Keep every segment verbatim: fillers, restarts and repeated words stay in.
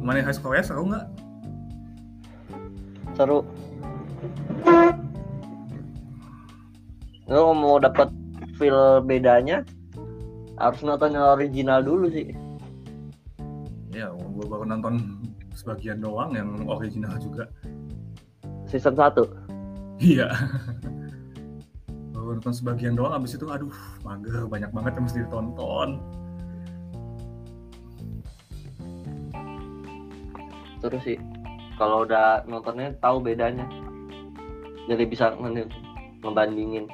Money Heist Korea seru nggak? Seru. Lo mau dapat feel bedanya harus nonton yang original dulu sih. Ya, gue baru nonton sebagian doang yang original juga. Season satu. Iya. Baru nonton sebagian doang, abis itu aduh mager, banyak banget yang mesti ditonton. Terus sih kalau udah nontonnya tahu bedanya. Jadi bisa nge- ngebandingin.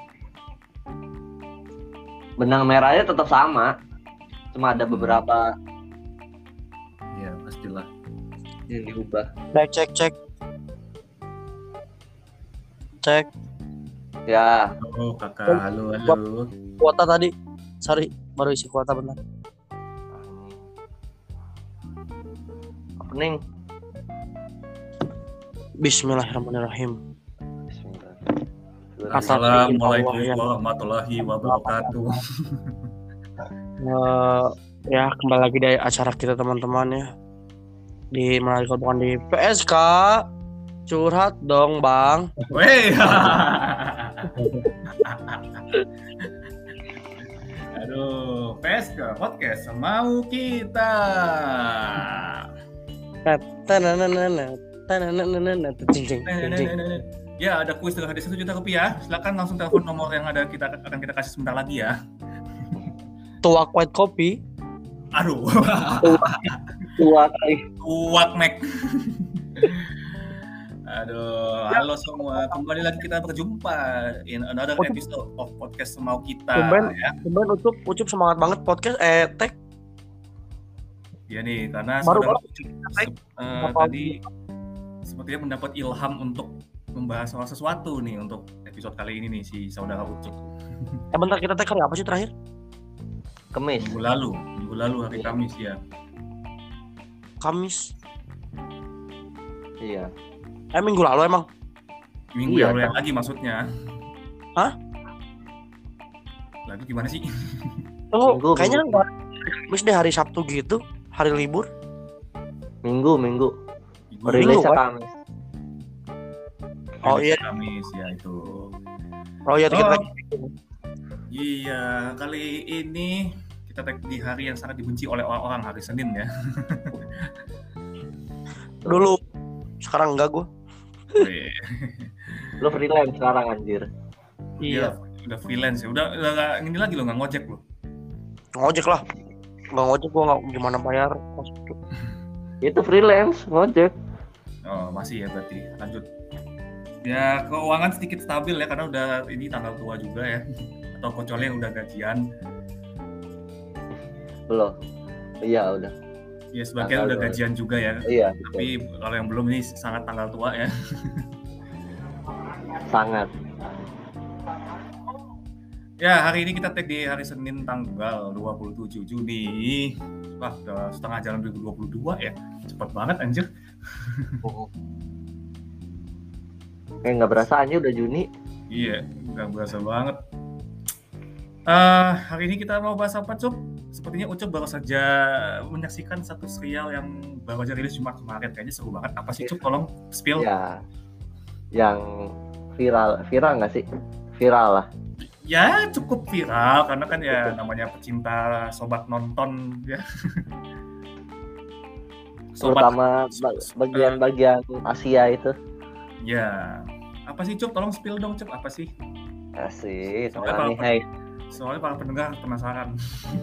Benang merahnya tetap sama. Cuma ada Hmm. beberapa Iya, pastilah. yang diubah. Cek cek cek. Cek Ya, Oh, kakak, halo, halo. kuota tadi. Sorry, baru isi kuota bentar. opening. Bismillahirrahmanirrahim. Bismillah. Assalamualaikum warahmatullahi wabarakatuh. Eh, ya kembali lagi dari acara kita teman-teman ya. Di menarik bukan di P S K. Curhat dong, Bang. Weh. Aduh, P S K podcast mau kita. Tananana, tananana, cing cing cing. Ya, ada kuis dengan hadiah satu juta rupiah. Silakan langsung telepon nomor yang ada kita akan kita kasih sebentar lagi ya. Tuak white coffee. Aduh. Tua kali. Tuak Mac. Aduh, halo semua. Kembali lagi kita berjumpa in another episode of podcast Mau Kita. Tumben, Ya. tumben Ucup, Ucup semangat banget podcast eh tag. Ya nih, karena Baru- saudara baru. Ucup uh, tadi sepertinya mendapat ilham untuk membahas soal sesuatu nih untuk episode kali ini nih si saudara Ucup. Eh bentar, kita tag hari apa sih terakhir? Kemis. Minggu lalu, minggu lalu hari Kamis ya. Kamis. Iya. Eh minggu lalu emang. Minggu Iya, yang lalu Kak. lagi maksudnya. Hah? Lagi gimana sih? Oh, Minggu, kayaknya minggu. enggak. Kamis deh, hari Sabtu gitu, hari libur. Minggu, minggu. Minggu, Rilisnya kan? Kamis. Oh, iya. Kamis ya itu. Oh iya, kita Oh. tag. Iya, kali ini kita tag di hari yang sangat dibenci oleh orang-orang, hari Senin ya. Dulu. Sekarang enggak gua. Wih, Lo freelance sekarang anjir. Iya, udah freelance ya. Udah udah nggak ini lagi lo, nggak ngojek lo. Ngojek lah. Enggak ngojek gua enggak gimana bayar. Itu freelance, ngojek. Oh, masih ya berarti. Lanjut. Ya, keuangan sedikit stabil ya karena udah ini tanggal tua juga ya. Atau kecuali yang udah gajian. Belum. Iya, udah. Ya, sebagian Tanggal udah tua. gajian juga ya. Iya, Tapi kalau yang belum ini sangat tanggal tua ya. sangat. Ya, hari ini kita tag di hari Senin tanggal dua puluh tujuh Juni. Wah, udah setengah jalan dua ribu dua puluh dua ya. Cepat banget anjir. Eh, nggak berasa aja udah Juni. Iya, nggak berasa banget. Eh, hari ini kita mau bahas apa, Cup? Sepertinya Ucup baru saja menyaksikan satu serial yang baru aja rilis Jumat kemarin. Kayaknya seru banget. Apa sih, Cup? Tolong spill. Ya. Yang viral, viral nggak sih? Viral lah. Ya, cukup viral karena kan ya namanya pecinta sobat nonton ya. Terutama ba- bagian-bagian Asia itu. Ya. Apa sih, Cup? Tolong spill dong, Cup. Apa sih? Asik. Soalnya Money kalau- Heist. Soalnya para pendengar penasaran.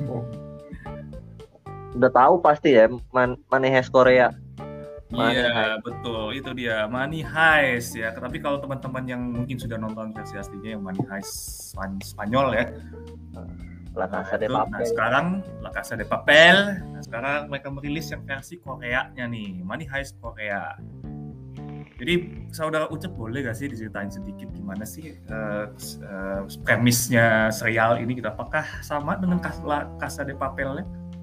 Udah tahu pasti ya Man- Money Heist Korea. Money Iya, betul. Itu dia Money Heist ya. Tapi kalau teman-teman yang mungkin sudah nonton versi aslinya yang Money Heist Span- Spanyol ya. La Casa de Itu, Nah, Papel. sekarang La Casa de Papel. Nah, sekarang mereka merilis yang versi Koreanya nih, Money Heist Korea. Jadi saudara Ucup boleh gak sih diceritain sedikit gimana sih uh, uh, premisnya serial ini gitu? Apakah sama dengan La Casa de Papel-nya?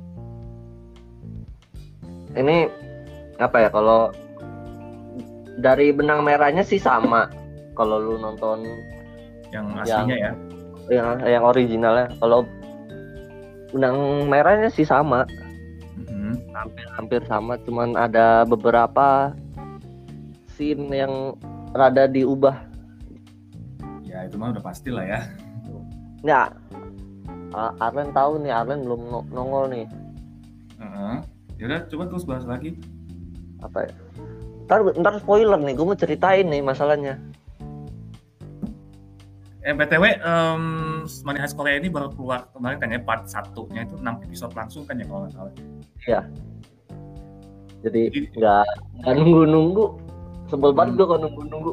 Ini apa ya, kalau dari benang merahnya sih sama. Kalau lu nonton Yang aslinya ya? yang yang originalnya, kalau benang merahnya sih sama. Mhm, hampir sama, cuman ada beberapa scene yang rada diubah. Ya itu mah udah pasti lah ya. Ya, A- Arlen tahu nih, Arlen belum no- nongol nih. Heeh. Yaudah coba terus bahas lagi. Apa ya? Ntar, ntar spoiler nih, gue mau ceritain nih masalahnya. Eh, B T W, um, Money Heist Korea ini baru keluar kemarin kan ya, part satunya itu enam episode langsung kan ya kalau nggak salah. Iya. Jadi Jadi- nggak nggak nunggu-nunggu. Sebel banget Hmm. gue kalau nunggu-nunggu.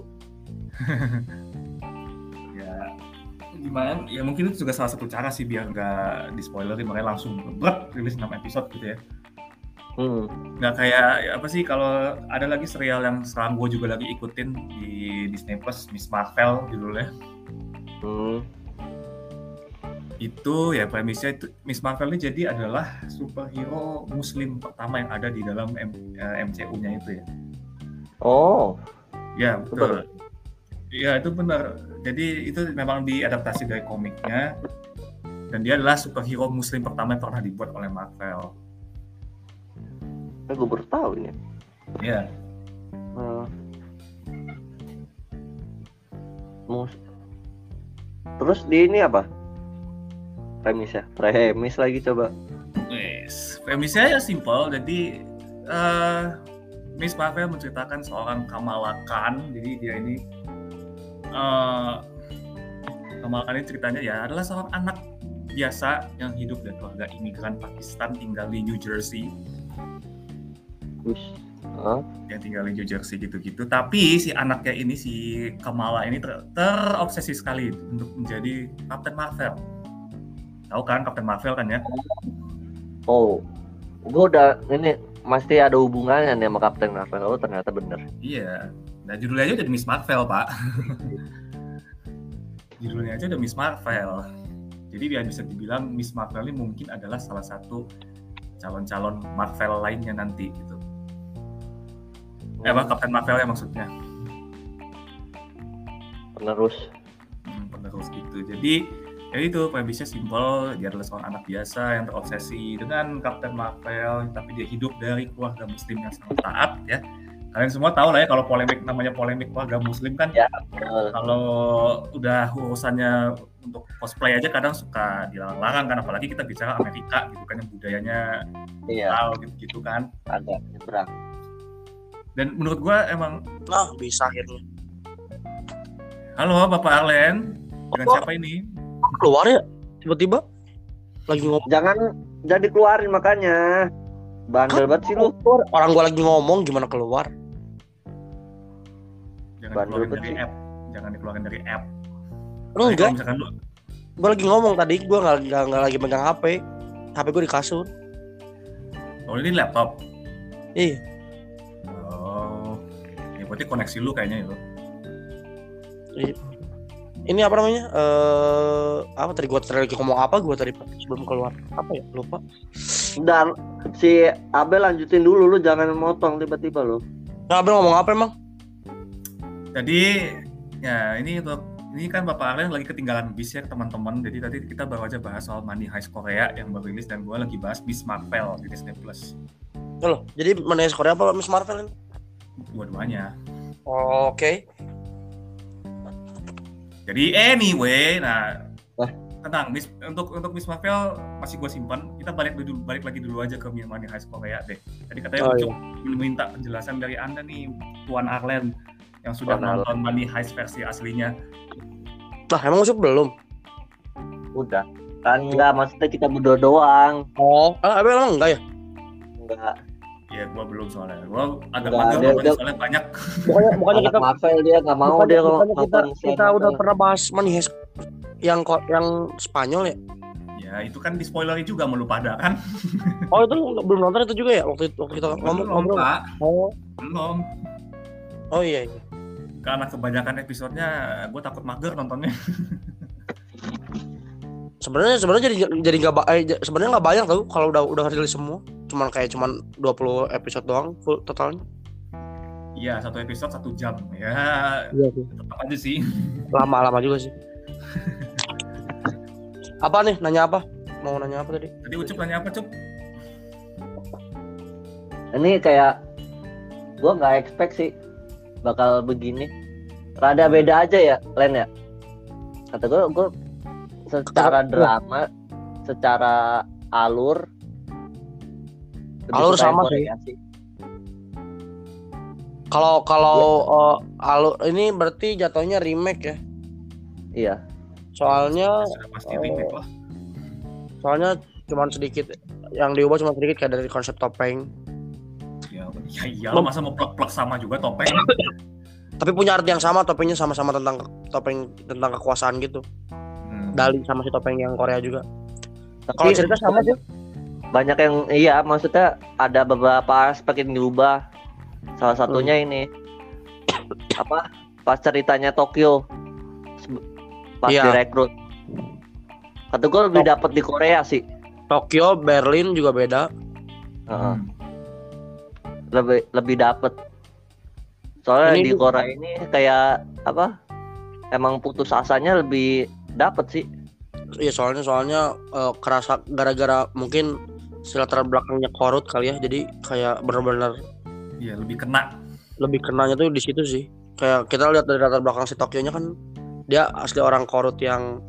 Ya gimana? Ya mungkin itu juga salah satu cara sih biar nggak di spoilerin, makanya langsung berat rilis enam episode gitu ya. Hmm. Nggak kayak ya apa sih kalau ada lagi serial yang sekarang gue juga lagi ikutin di Disney Plus, Miss Marvel judulnya. Hmm. Itu ya premisnya itu Miss Marvel ini jadi adalah superhero muslim pertama yang ada di dalam M- eh, M C U-nya itu ya. Oh, Ya betul. betul. Iya itu benar. Jadi itu memang diadaptasi dari komiknya dan dia adalah superhero muslim pertama yang pernah dibuat oleh Marvel. Eh, gue baru tahu ini. Ya, Hmm. Mus- Terus di ini apa? Premisnya, premis lagi coba. yes. Premisnya ya simple. Jadi eh, Miss Marvel menceritakan seorang Kamala Khan. Jadi dia ini eh, Kamala Khan ini ceritanya ya adalah seorang anak biasa yang hidup dari keluarga imigran Pakistan tinggal di New Jersey. Wih, Hah? Yang tinggal di New Jersey gitu-gitu. Tapi si anaknya ini, si Kamala ini ter- terobsesi sekali untuk menjadi Captain Marvel. Tahu kan Captain Marvel kan ya? Oh, gue udah ini masih ada hubungannya nih sama Captain Marvel. Oh ternyata bener. Iya. Nah judulnya aja udah Miss Marvel, Pak. Judulnya aja udah Miss Marvel. Jadi dia bisa dibilang Miss Marvel ini mungkin adalah salah satu calon-calon Marvel lainnya nanti gitu. Eh, apa Captain Marvel ya maksudnya. Penerus. Hmm, penerus gitu. Jadi ya itu premisnya simpel, dia adalah seorang anak biasa yang terobsesi dengan Captain Marvel, tapi dia hidup dari keluarga muslim yang sangat taat ya. Kalian semua tahu lah ya kalau polemik namanya polemik keluarga muslim kan Ya. Uh, kalau udah urusannya untuk cosplay aja kadang suka dilarang-larang kan, apalagi kita bicara Amerika gitu kan yang budayanya iya, brutal gitu-gitu kan. agak nyebrang. Dan menurut gua emang Nah, bisa akhirnya. halo Bapak Arlen, dengan Apa? siapa ini? Keluar ya tiba-tiba lagi ngomong. Jangan jadi keluarin makanya. Bandel banget sih lu. Orang gua lagi ngomong gimana keluar? Jangan Bandel dikeluarin dari banget. app, jangan dikeluarin dari app. Jadi Enggak, kalau misalkan lu gua lagi ngomong tadi, gua nggak nggak nggak lagi megang H P. H P gua di kasur. oh ini laptop. Iya. Oh, ya berarti koneksi lu kayaknya itu. Ini apa namanya? Eh apa tadi gua tadi lagi ngomong apa gua tadi Pak, sebelum keluar? Apa ya? Lupa. Dan si Abel lanjutin dulu, lu jangan motong tiba-tiba lu. Nah, Abel ngomong apa emang? Jadi ya ini untuk ini kan Bapak Arlen lagi ketinggalan bis ya teman-teman. Jadi tadi kita baru aja bahas soal Money Heist Korea yang baru rilis dan gue lagi bahas Miss Marvel di Disney Plus. Oh, loh, jadi mana Korea apa Miss Marvel ini? Dua-duanya. Oh, Oke. Jadi anyway, nah Wah. tenang Miss, untuk untuk Miss Marvel masih gue simpan. Kita balik dulu balik lagi dulu aja ke Money Heist Korea deh. Tadi katanya Oh, untuk meminta penjelasan dari Anda nih Tuan Arlen yang sudah Tuan nonton Money Heist versi aslinya. Lah emang masuk belum? Udah. Kan enggak, maksudnya kita berdua doang. Oh, ah, Abel emang enggak ya? Enggak. Ya gue belum soalnya. Gue agak Enggak, mager dia- nontonnya dia- soalnya banyak. Bukannya bukannya Anak kita Marvel dia enggak mau bukannya- dia kalau bukannya kita, nonton selain kita udah Marvel. pernah bahas Money Heist yang ko- yang Spanyol ya? Ya itu kan di spoileri juga mau lu pada kan? Oh itu lu belum nonton itu juga ya waktu waktu kita ngomong belum ngobrol. Pak, Oh, belum. oh iya. iya. Karena kebanyakan episodenya gue takut mager nontonnya. Sebenarnya sebenarnya jadi jadi nggak ba- eh, j- sebenarnya nggak banyak tau kalau udah udah rilis semua. Cuman kayak cuman dua puluh episode doang full totalnya. Iya satu episode satu jam ya. Iya sih. Tetap aja sih. Lama-lama juga sih. Apa nih? Nanya apa? Mau nanya apa tadi? Tadi Ucup nanya apa Cup? Ini kayak gue nggak expect sih bakal begini. Rada beda aja ya, Len ya. Kata gue, gue secara drama, secara alur, lebih Alur suka yang sama Korea sih. Kalau kalau uh, alur ini berarti jatuhnya remake ya. Iya. Soalnya Sudah pasti remake lah. soalnya cuman sedikit yang diubah cuma sedikit kayak dari konsep topeng. Ya, ya iyalah masa mau plek-plek sama juga topeng. Tapi punya arti yang sama, topengnya sama-sama tentang topeng tentang kekuasaan gitu. Hmm. Dali sama si topeng yang Korea juga. Tapi Kalau cerita sama sih. banyak yang iya, maksudnya ada beberapa aspek yang diubah. Salah satunya Hmm. ini apa? Pas ceritanya Tokyo, se- pas Iya. direkrut. Kata gue lebih dapet di Korea sih. Tokyo, Berlin juga beda. Heeh. Hmm. Lebih lebih dapet. Soalnya Ini di tuh- Korea ini kayak apa? Emang putus asanya lebih dapet sih. Iya soalnya soalnya eh, kerasa gara-gara mungkin si latar belakangnya korut kali ya. Jadi kayak benar-benar Iya, lebih kena. lebih kenanya tuh di situ sih. Kayak kita lihat dari latar belakang si Tokyo-nya kan dia asli orang korut yang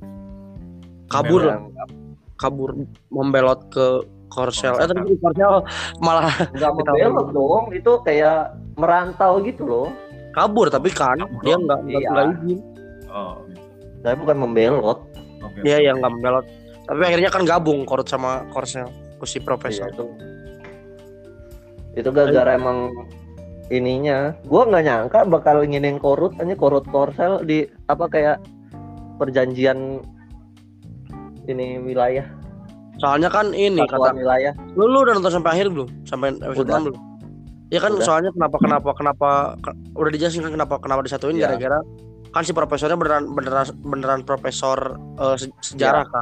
kabur lah, Yang kabur membelot ke Korsel. Eh tapi di Korsel malah nggak membelot dong, itu kayak merantau gitu loh. kabur tapi kan Kabur dia dong. nggak nggak Iya. nggak izin. Oh, gitu. Saya bukan membelot. Oke. Iya oke. yang nggak membelot. Tapi akhirnya kan gabung korut sama Korsel, ku si Iya, profesor. itu itu gara-gara emang ininya. Gua nggak nyangka bakal nginin korut, hanya korut Korsel di apa kayak perjanjian ini wilayah, Soalnya kan ini satuan kata wilayah. lu, lu udah nonton sampai akhir belum? Sampai episode Udah. enam belum? Ya kan Udah. soalnya kenapa kenapa kenapa ke- udah dijelasin kan kenapa kenapa disatuin Iya. gara-gara kan si profesornya beneran beneran beneran profesor eh, se- sejarah Iya. kan.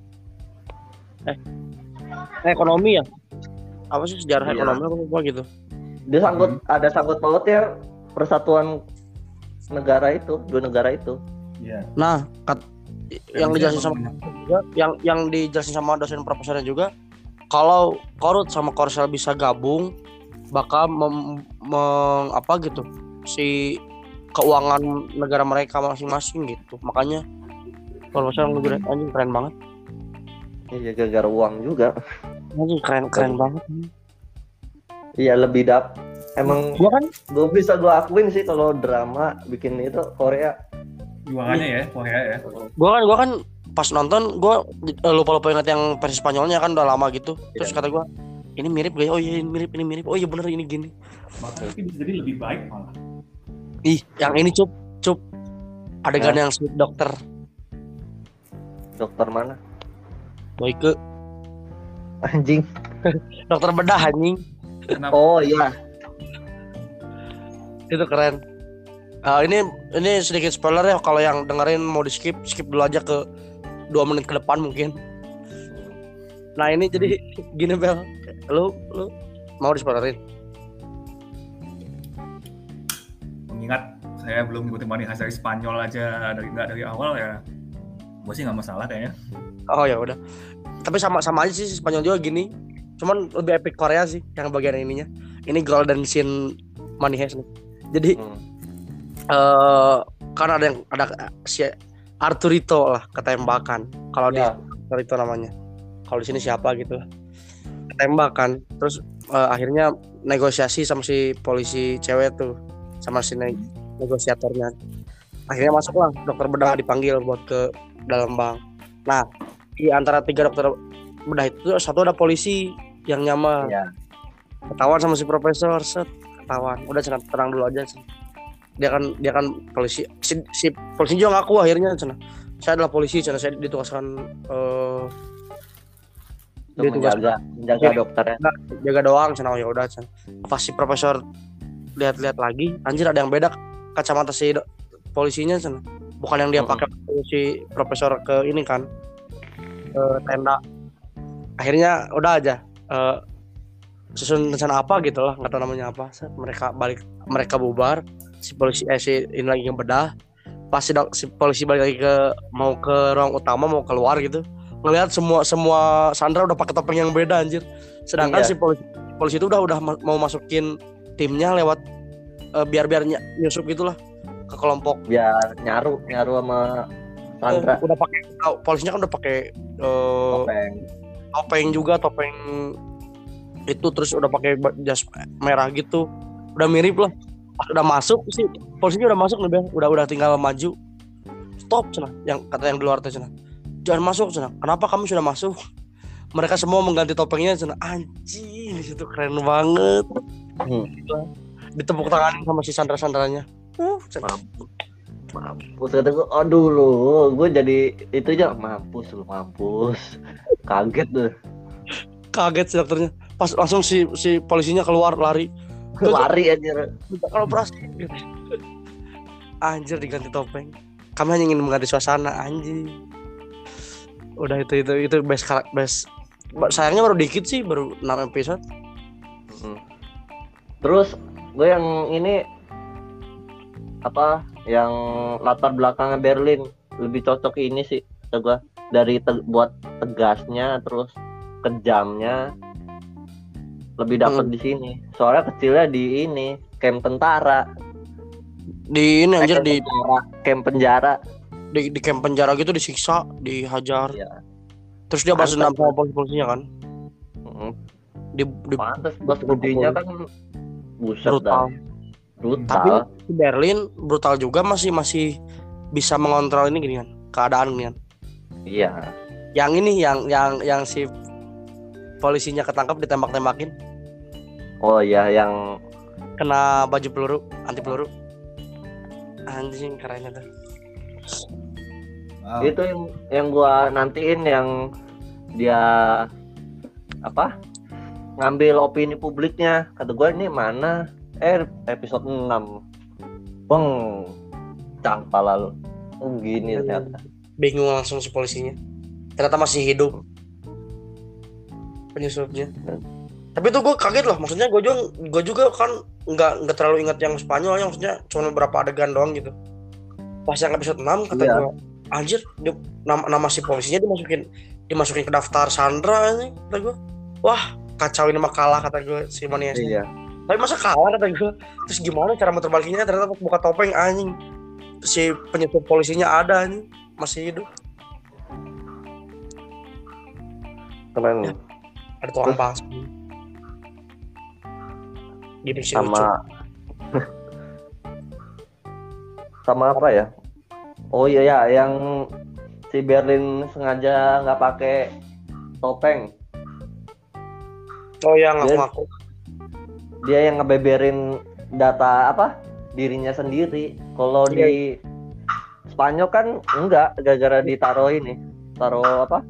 Eh, eh, ekonomi ya? Apa sih sejarah Iya. ekonomi apa, apa gitu? Dia sangkut ada sangkut pautnya persatuan negara itu, dua negara itu. Iya. Nah, kat, yang Harusnya dijelasin sama emang- juga, yang yang dijelasin sama dosen profesornya juga kalau Korut sama Korsel bisa gabung bakal mem, meng- apa gitu si keuangan negara mereka masing-masing gitu. Makanya profesor ngeliat anjing keren banget. Iya, gara-gara uang juga. Anjing keren keren banget. Iya, lebih dap. Emang Gua kan gue bisa gue akuin sih kalau drama bikin itu Korea. Jualannya ya, Korea ya. gua kan gua kan pas nonton gua eh, lupa-lupa ingat yang versi Spanyolnya kan udah lama gitu. Terus Iya. kata gua ini mirip gak ya? Oh iya ini mirip ini mirip. Oh iya bener ini gini. Makanya bisa jadi lebih baik malah. Ih, yang ini cup cup adegan yang si dokter Dokter mana? Boyke, Anjing. dokter bedah anjing. Kenapa? Oh iya. Itu keren. Ah, ini ini sedikit spoiler ya, kalau yang dengerin mau di skip skip dulu aja ke dua menit ke depan mungkin. Nah ini jadi gini Bel, lu lu mau di spoilerin? Mengingat saya belum ngikutin Money Heist dari Spanyol aja dari nggak dari awal ya, gue sih nggak masalah kayaknya. Oh ya udah. Tapi sama sama aja sih Spanyol juga gini. Cuman lebih epic Korea sih yang bagian ininya. Ini golden scene Money Heist nih. Jadi Hmm. eh kan ada yang ada si Arturito lah ketembakan. Kalau di Ya. Arturito namanya. Kalau di sini siapa gitu lah. Ketembakan. Terus eh, akhirnya negosiasi sama si polisi cewek tuh sama si ne- negosiatornya. Akhirnya masuklah dokter bedah dipanggil buat ke dalam bank. Nah, di antara tiga dokter bedah itu satu ada polisi yang nyamar. Iya. Ketahuan sama si profesor, set ketahuan. Udah cenah tenang dulu aja. Cen. Dia kan dia kan polisi si, si polisi juga ngaku akhirnya cenah. Saya adalah polisi, cenah saya ditugaskan eh Untuk dia tugas menjaga menjaga dokternya. jaga doang cenah. Oh ya udah cenah. Pas si profesor lihat-lihat lagi, anjir ada yang beda kacamata si do- polisinya cenah. Bukan yang dia Mm-mm. pakai si profesor ke ini kan. Ke tenda. Akhirnya udah aja eh susun rencana apa gitu lah, nggak tahu namanya apa. Set, mereka balik, mereka bubar. Si polisi eh si ini lagi ngebedah. Pas si, dok- si polisi balik lagi ke mau ke ruang utama, mau keluar gitu. Ngelihat semua semua Sandra udah pakai topeng yang beda anjir. Sedangkan Iya. si polisi polisi itu udah udah ma- mau masukin timnya lewat uh, biar biar ny- nyusup gitulah ke kelompok. Biar nyaru nyaru sama Sandra. Uh, udah pakai oh, polisinya kan udah pakai uh, Topeng. topeng juga topeng itu terus udah pakai jas merah gitu. Udah mirip lah. Pas udah masuk sih polisinya udah masuk nih Bang. Udah udah tinggal maju. Stop cenah yang kata yang di luar teh cenah. Jangan masuk cenah. Kenapa kami sudah masuk? Mereka semua mengganti topengnya cenah. Anjing, itu keren banget. Hmm. Ditepuk tangan sama si Sandra-sandranya. Uh, Mampus. Mampus kata gue, aduh lu, gue jadi itu aja mampus lu mampus. Kaget tuh. Kaget si dokternya. Pas langsung si si polisinya keluar lari. Lari aja. Kalau operasi gitu. Anjir diganti topeng. Kami hanya ingin mengganti suasana anjing. Udah itu itu itu best best. Sayangnya baru dikit sih, baru enam episode. Hmm. Terus gue yang ini apa yang latar belakangnya Berlin lebih cocok ini sih kata gue dari te- buat tegasnya terus kejamnya lebih dapat Hmm. di sini soalnya kecilnya di ini camp tentara Di ini anjir camp di penjara, camp penjara di di camp penjara gitu disiksa, dihajar. Iya. Terus dia balas dendam Pantes. sama polisi-polisinya kan. Mm-hmm. Di, di Pantes bos gedenya kan buset brutal. dah brutal Tapi di Berlin brutal juga masih masih bisa mengontrol ini gini kan, keadaan gini kan. iya Yang ini yang yang yang si polisinya ketangkap ditembak-tembakin oh iya yang kena baju peluru, anti peluru. Anjing keren itu. Wow. itu yang yang gua nantiin yang dia apa ngambil opini publiknya kata gua ini mana eh episode enam bang cangpal lalu oh gini ternyata Bingung langsung si polisinya. Ternyata masih hidup penyusupnya. Tapi itu gue kaget loh, maksudnya gue juga gue juga kan nggak nggak terlalu ingat yang Spanyol, yang maksudnya cuma beberapa adegan doang gitu. Pas yang episode enam kata Iya. gue, anjir, dia, nama, nama si polisinya dimasukin dimasukin ke daftar Sandra ini, kata gue. Wah, kacau ini mah kalah kata gue si Maniasnya. iya Tapi masa kalah kata gue. Terus gimana cara muter balikinnya? Ternyata pas buka topeng anjing. Si penyusup polisinya ada anjing, masih hidup. keren Ya. Ada tukang Terus- bakso. Gini sih lucu. sama sama apa ya oh iya ya yang si Berlin sengaja nggak pakai topeng Oh yang Dia- ngaku-ngaku. dia yang ngebeberin data apa dirinya sendiri kalau Iya. di Spanyol kan enggak gara-gara ditaruh ini taruh apa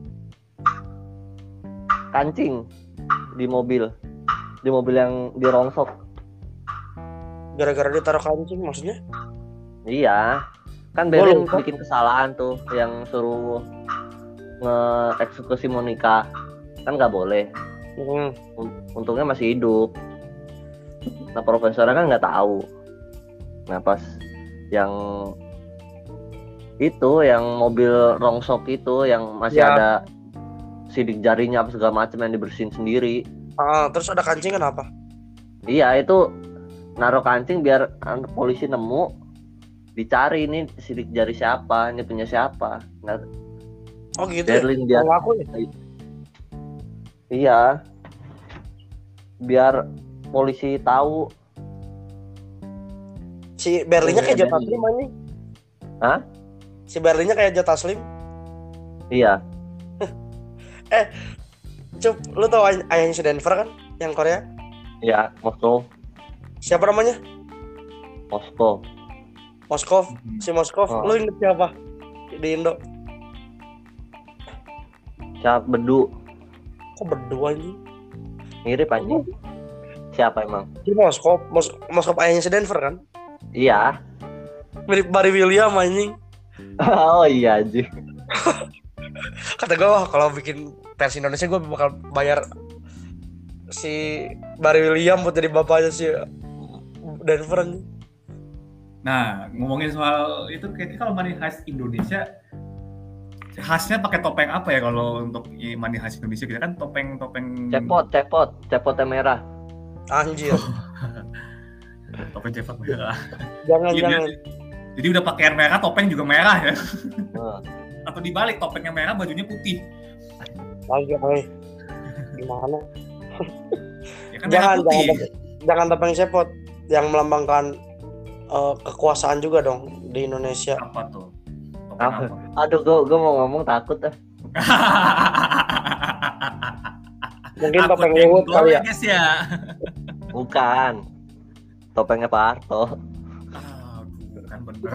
kancing di mobil di mobil yang dirongsok Gara-gara dia taruh kancing maksudnya? iya kan Gua Berlin lupa. bikin kesalahan tuh yang suruh nge-eksekusi Monica kan nggak boleh Hmm. untungnya masih hidup nah profesornya kan nggak tahu nah pas yang itu yang mobil rongsok itu yang masih Ya. ada sidik jarinya apa segala macam yang dibersihin sendiri Ah, terus ada kancing kenapa? iya itu naruh kancing biar anu, polisi nemu dicari ini sidik jari siapa ini punya siapa nah, Oh gitu ya? Berlin biar Ngaku ya? iya biar polisi tahu Si Berlinnya kayak Iya, Jota Berlin. Slim anjing. Hah? Si Berlinnya kayak Jota Slim. iya Cup, lu tau ay- ayahnya si Denver kan? Yang Korea? iya Moskow Siapa namanya? Moskow Moskov. Mhm. Si Moskov. Oh. Lu inget siapa? Di Indo. siapa bedu Kok berdua anjing? mirip anjing siapa emang Si Moskov. Mos- Moskov ayahnya si Denver kan? iya Mirip Barry William anjing. oh iya anjing Kata gue, wah kalau bikin versi Indonesia gue bakal bayar si Barry William buat jadi bapaknya si Denver anjing. Nah, ngomongin soal itu kayaknya kalau Money Heist Indonesia khasnya pakai topeng apa ya kalau untuk i- Money Heist Indonesia kita kan topeng-topeng cepot cepot cepotnya merah Anjir. Topeng cepak merah. Jangan Jadi, jangan. jadi udah pakaian merah, topeng juga merah ya. Nah, Atau dibalik, topengnya merah, bajunya putih. Anjir, eh. Gimana? Ya kan merah Jangan putih. jangan, jangan topeng cepot yang melambangkan uh, kekuasaan juga dong di Indonesia. Apa tuh? Topeng apa? apa? Aduh, gua gua mau ngomong takut ah. Mungkin Takut topeng Luhut jengkol kali ya ya. guys ya. Bukan. Topengnya Pak Harto. Aduh, kan bener.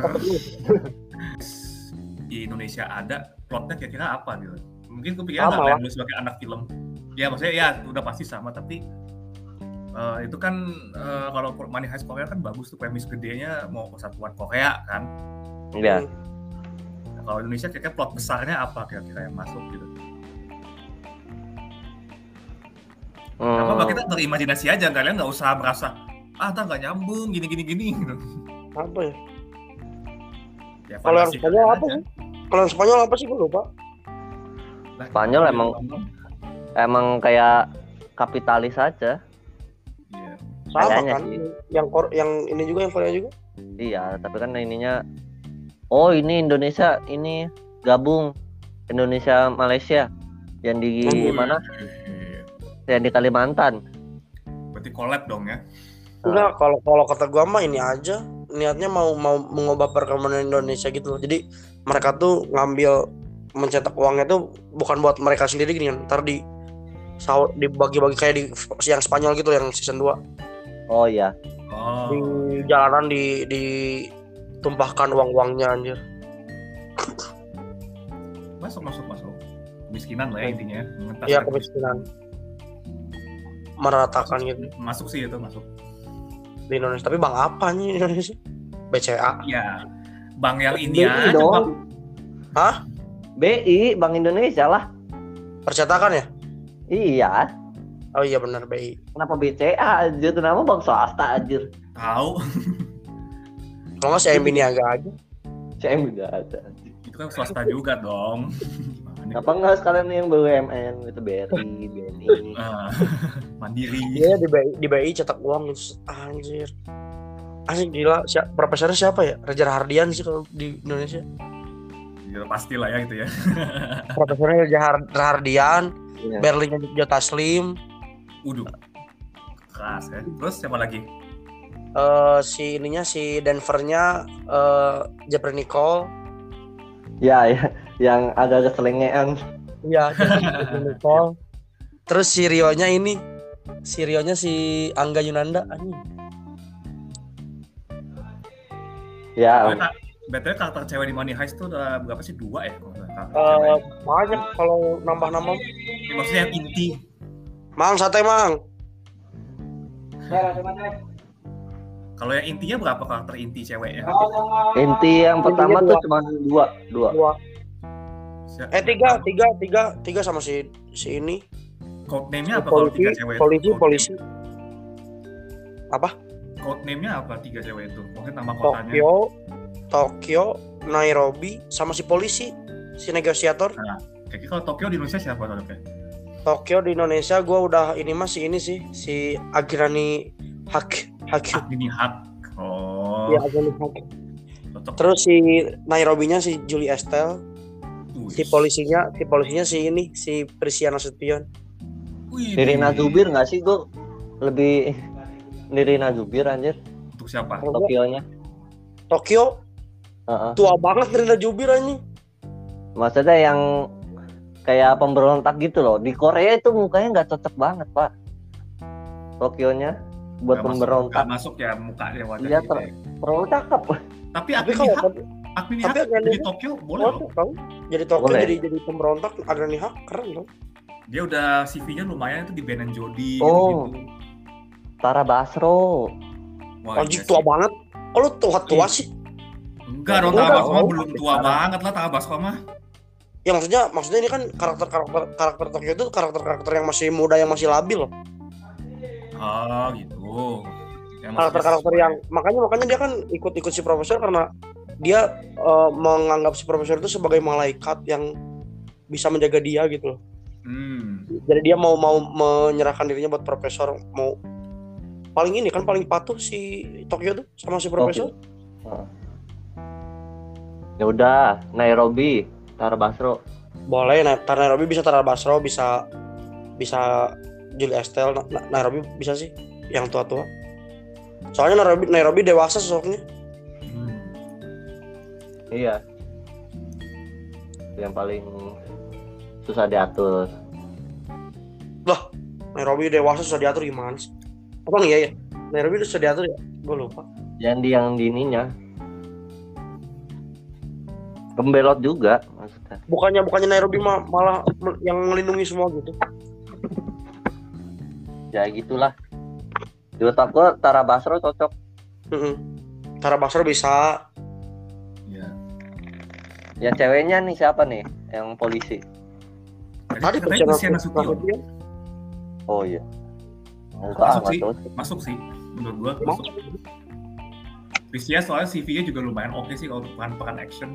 Di Indonesia ada plotnya kira-kira apa gitu. Mungkin kepikiran Sama nggak lah. kan lu sebagai anak film. Ya maksudnya ya udah pasti sama, tapi eh, itu kan eh, kalau Money Heist Korea kan bagus tuh, premis gedenya mau persatuan Korea kan. Iya. Nah, kalau Indonesia kira-kira plot besarnya apa kira-kira yang masuk gitu. Hmm. Apa kita berimajinasi aja, kalian nggak usah merasa ah tak nggak nyambung gini-gini gini gitu. Apa ya? Ya, Kalau yang fantasi Spanyol kalian apa aja. sih? Kalau yang Spanyol apa sih gue lupa. Lah, Spanyol gitu, emang- nonton. Emang kayak kapitalis aja. Iya. Sama Kayaknya kan? sih. Yang Kor- yang ini juga yang Korea juga. Iya, tapi kan ininya oh ini Indonesia ini gabung Indonesia Malaysia yang di Wih, mana? iya. Yang di Kalimantan. Berarti collab dong ya. Enggak, kalau kalau kata gua mah ini aja niatnya mau mau mengubah perekonomian Indonesia gitu loh. Jadi mereka tuh ngambil mencetak uangnya tuh bukan buat mereka sendiri gini kan. Ntar di sahur dibagi-bagi kayak di yang Spanyol gitu yang season dua. Oh iya. Oh. Di jalanan di ditumpahkan uang-uangnya anjir. Masuk masuk masuk. Kemiskinan lah ya intinya. Mengentaskan Iya, kemiskinan. Meratakan gitu Masuk sih itu masuk. di Indonesia. Tapi bang apa nih di Indonesia? B C A. Iya. Bang yang B I ini aja dong. Bang. Hah? B I Bank Indonesia lah. Percetakan ya? Iya. Oh iya benar B I. Kenapa B C A aja? Itu nama bank swasta aja. Tahu. Kalau nggak si M B Niaga aja. Saya juga ada. Itu kan swasta juga dong. Gimana nih? Kenapa nggak sekalian yang B U M N itu B R I, B N I. Ah, Mandiri. Iya di B I, di B I cetak uang itu anjir. Anjir gila. Siapa, profesornya siapa ya? Reza Rahardian sih kalau di Indonesia. Ya, pasti lah ya itu ya. Profesornya Reza Rahardian, Iya. Berlinnya Joe Taslim, Udah. Keras ya. Terus siapa lagi? eh si ininya si Denvernya eh Jeffrey Nicole. Ya, ya, yang agak keselengean. Iya, Jeffrey Nicole. Terus si Rio-nya ini, si Rio-nya si Angga Yunanda anjing. Ya, Betulnya karakter cewek di Money Heist tuh udah berapa sih? Dua ya? Kalau nggak salah, karakter Eh, cewek. banyak kalau nambah-nambah. Ya, maksudnya yang inti. Mang sate mang. Kalau yang intinya berapa karakter inti ceweknya? inti yang pertama Intinya tuh dua. cuma dua, dua. Dua. Si- Eh tiga, tiga, tiga, tiga sama si si ini. Code name-nya apa kalau Polisi, tiga cewek itu? polisi, Code polisi. Apa? name- Code name-nya apa tiga cewek itu? Mungkin nama kotanya. Tokyo, Tokyo, Nairobi, sama si polisi, si negosiator. Kayaknya kalau Tokyo di Indonesia siapa Tokyo? Tokyo di Indonesia gue udah ini mas si ini sih si Agrani Hak Hak. Ah, ini hak. Oh. Ya Agrani Hak. Cocok. Terus si Nairobinya si Julie Estelle, Wih. si polisinya si polisinya si ini si Prisiana Nasution. Wih, Nirina di- Zubir nggak sih gue lebih Nirina Zubir anjir Untuk siapa? Tokyo-nya. Tokyo Heeh. tua banget Rina Jubir anjing. Maksudnya yang kayak pemberontak gitu loh. Di Korea itu mukanya nggak cocok banget pak. Tokyo-nya buat Nggak masuk- pemberontak. nggak masuk ya mukanya wajah Iya, gitu ter- ya. Terlalu cakep. Tapi Tapi Agni kalau Hak, tapi, Agni tapi Hak Agrani jadi Hak- Tokyo boleh oh, loh. tahu jadi Tokyo Boleh. jadi jadi pemberontak Agrani Hak keren dong. Dia udah C V-nya lumayan itu di Ben and Jody Oh. gitu-gitu. Tara Basro. Wah, Anjing iya tua sih. banget. Kalau tua tua sih. Enggak dong, Enggak Tabasco mah dong. belum tua banget lah Tabasco mah. Ya maksudnya maksudnya ini kan karakter karakter karakter Tokyo itu karakter karakter yang masih muda yang masih labil loh. Oh gitu. Yang Karakter karakter yang makanya makanya dia kan ikut ikut si profesor karena dia eh, menganggap si profesor itu sebagai malaikat yang bisa menjaga dia gitu loh. Hmm. Jadi dia mau mau menyerahkan dirinya buat profesor mau paling ini kan paling patuh si Tokyo tuh sama si Profesor. Oh. Ya udah, Nairobi, Tara Basro. Boleh, nah, Nairobi bisa Tara Basro, bisa bisa Julie Estelle, Na- Nairobi bisa sih yang tua-tua. Soalnya Nairobi Nairobi dewasa sosoknya. Hmm. Iya. Yang paling susah diatur. Lah, Nairobi dewasa susah diatur gimana sih? Apa iya ya? Nairobi susah diatur ya? Gue lupa. Yang di yang di ininya. Gembelot juga maksudnya. Bukannya bukannya Nairobi mah malah me- yang melindungi semua gitu. Ya gitulah. Di otak gua Tara Basro cocok. Heeh. Tara Basro bisa. Ya. Yang ceweknya nih siapa nih? Yang polisi. Tadi katanya Luciana Luciana Sution. Nasution. Oh iya. Enggak, Masuk enggak sih, tahu. masuk sih. Menurut gua Mau? masuk. Priscilla soalnya C V-nya juga lumayan oke sih kalau untuk peran-peran action.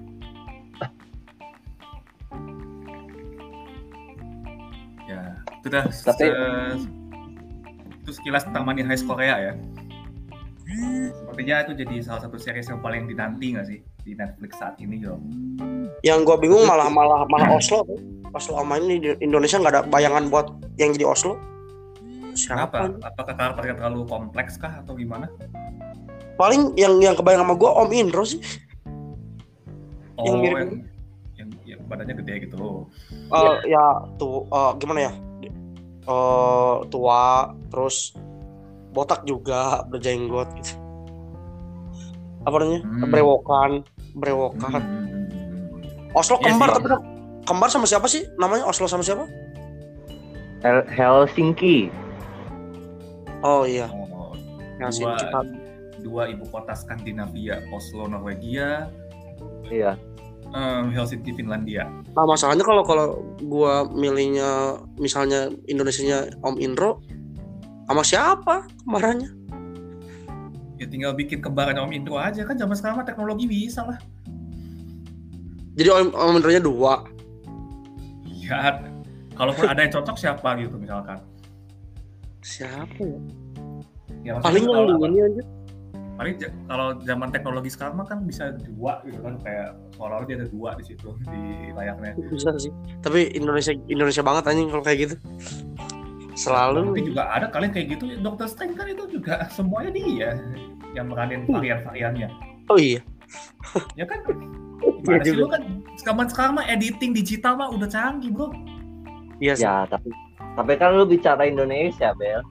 Ya, itu dah. Tapi- se- itu sekilas tentang Money Heist Korea ya. Sepertinya itu jadi salah satu series yang paling dinanti nggak sih di Netflix saat ini gitu. Yang gua bingung malah malah malah Oslo tuh. Oslo sama ini di Indonesia nggak ada bayangan buat yang jadi Oslo. Kenapa? Siapa? Apakah karakternya terlalu kompleks kah atau gimana? Paling yang yang kebayang sama gua Om Indro sih. Oh, Yang mirip yang, yang, yang badannya gede gitu. Eh ya tuh eh, gimana ya? Eh tua terus botak juga berjenggot gitu. Apa namanya? Hmm. Brewokan, brewokan. Hmm. Oslo Iya kembar sih. tapi kembar sama siapa sih? Namanya Oslo sama siapa? Hel- Helsinki. Oh iya, Oh, Helsinki. dua, dua ibu kota Skandinavia, Oslo Norwegia, Iya. em, Helsinki Finlandia. Nah, masalahnya kalau kalau gua milihnya misalnya Indonesianya Om Indro sama siapa kembarannya? Ya tinggal bikin kembarannya Om Indro aja kan, zaman sekarang mah teknologi bisa lah. Jadi Om, Om Indronya dua. Ya, kalaupun ada yang cocok siapa gitu misalkan. Siapa ya? Ya, maksudnya Paling kalau, yang ini aja. paling j- kalau zaman teknologi sekarang mah kan bisa dua gitu kan, kayak seolah-olah dia ada dua di situ di layarnya. Bisa sih. Tapi Indonesia Indonesia banget anjing kalau kayak gitu. Selalu. Tapi juga ada kalian kayak gitu. Doctor Strange kan itu juga semuanya dia yang meranin varian-variannya. Oh iya. Ya kan? Iya Gimana sih juga. lu kan sekarang sekarang mah editing digital mah udah canggih, Bro. Iya sih. Ya, tapi tapi kan lu bicara Indonesia, Bel.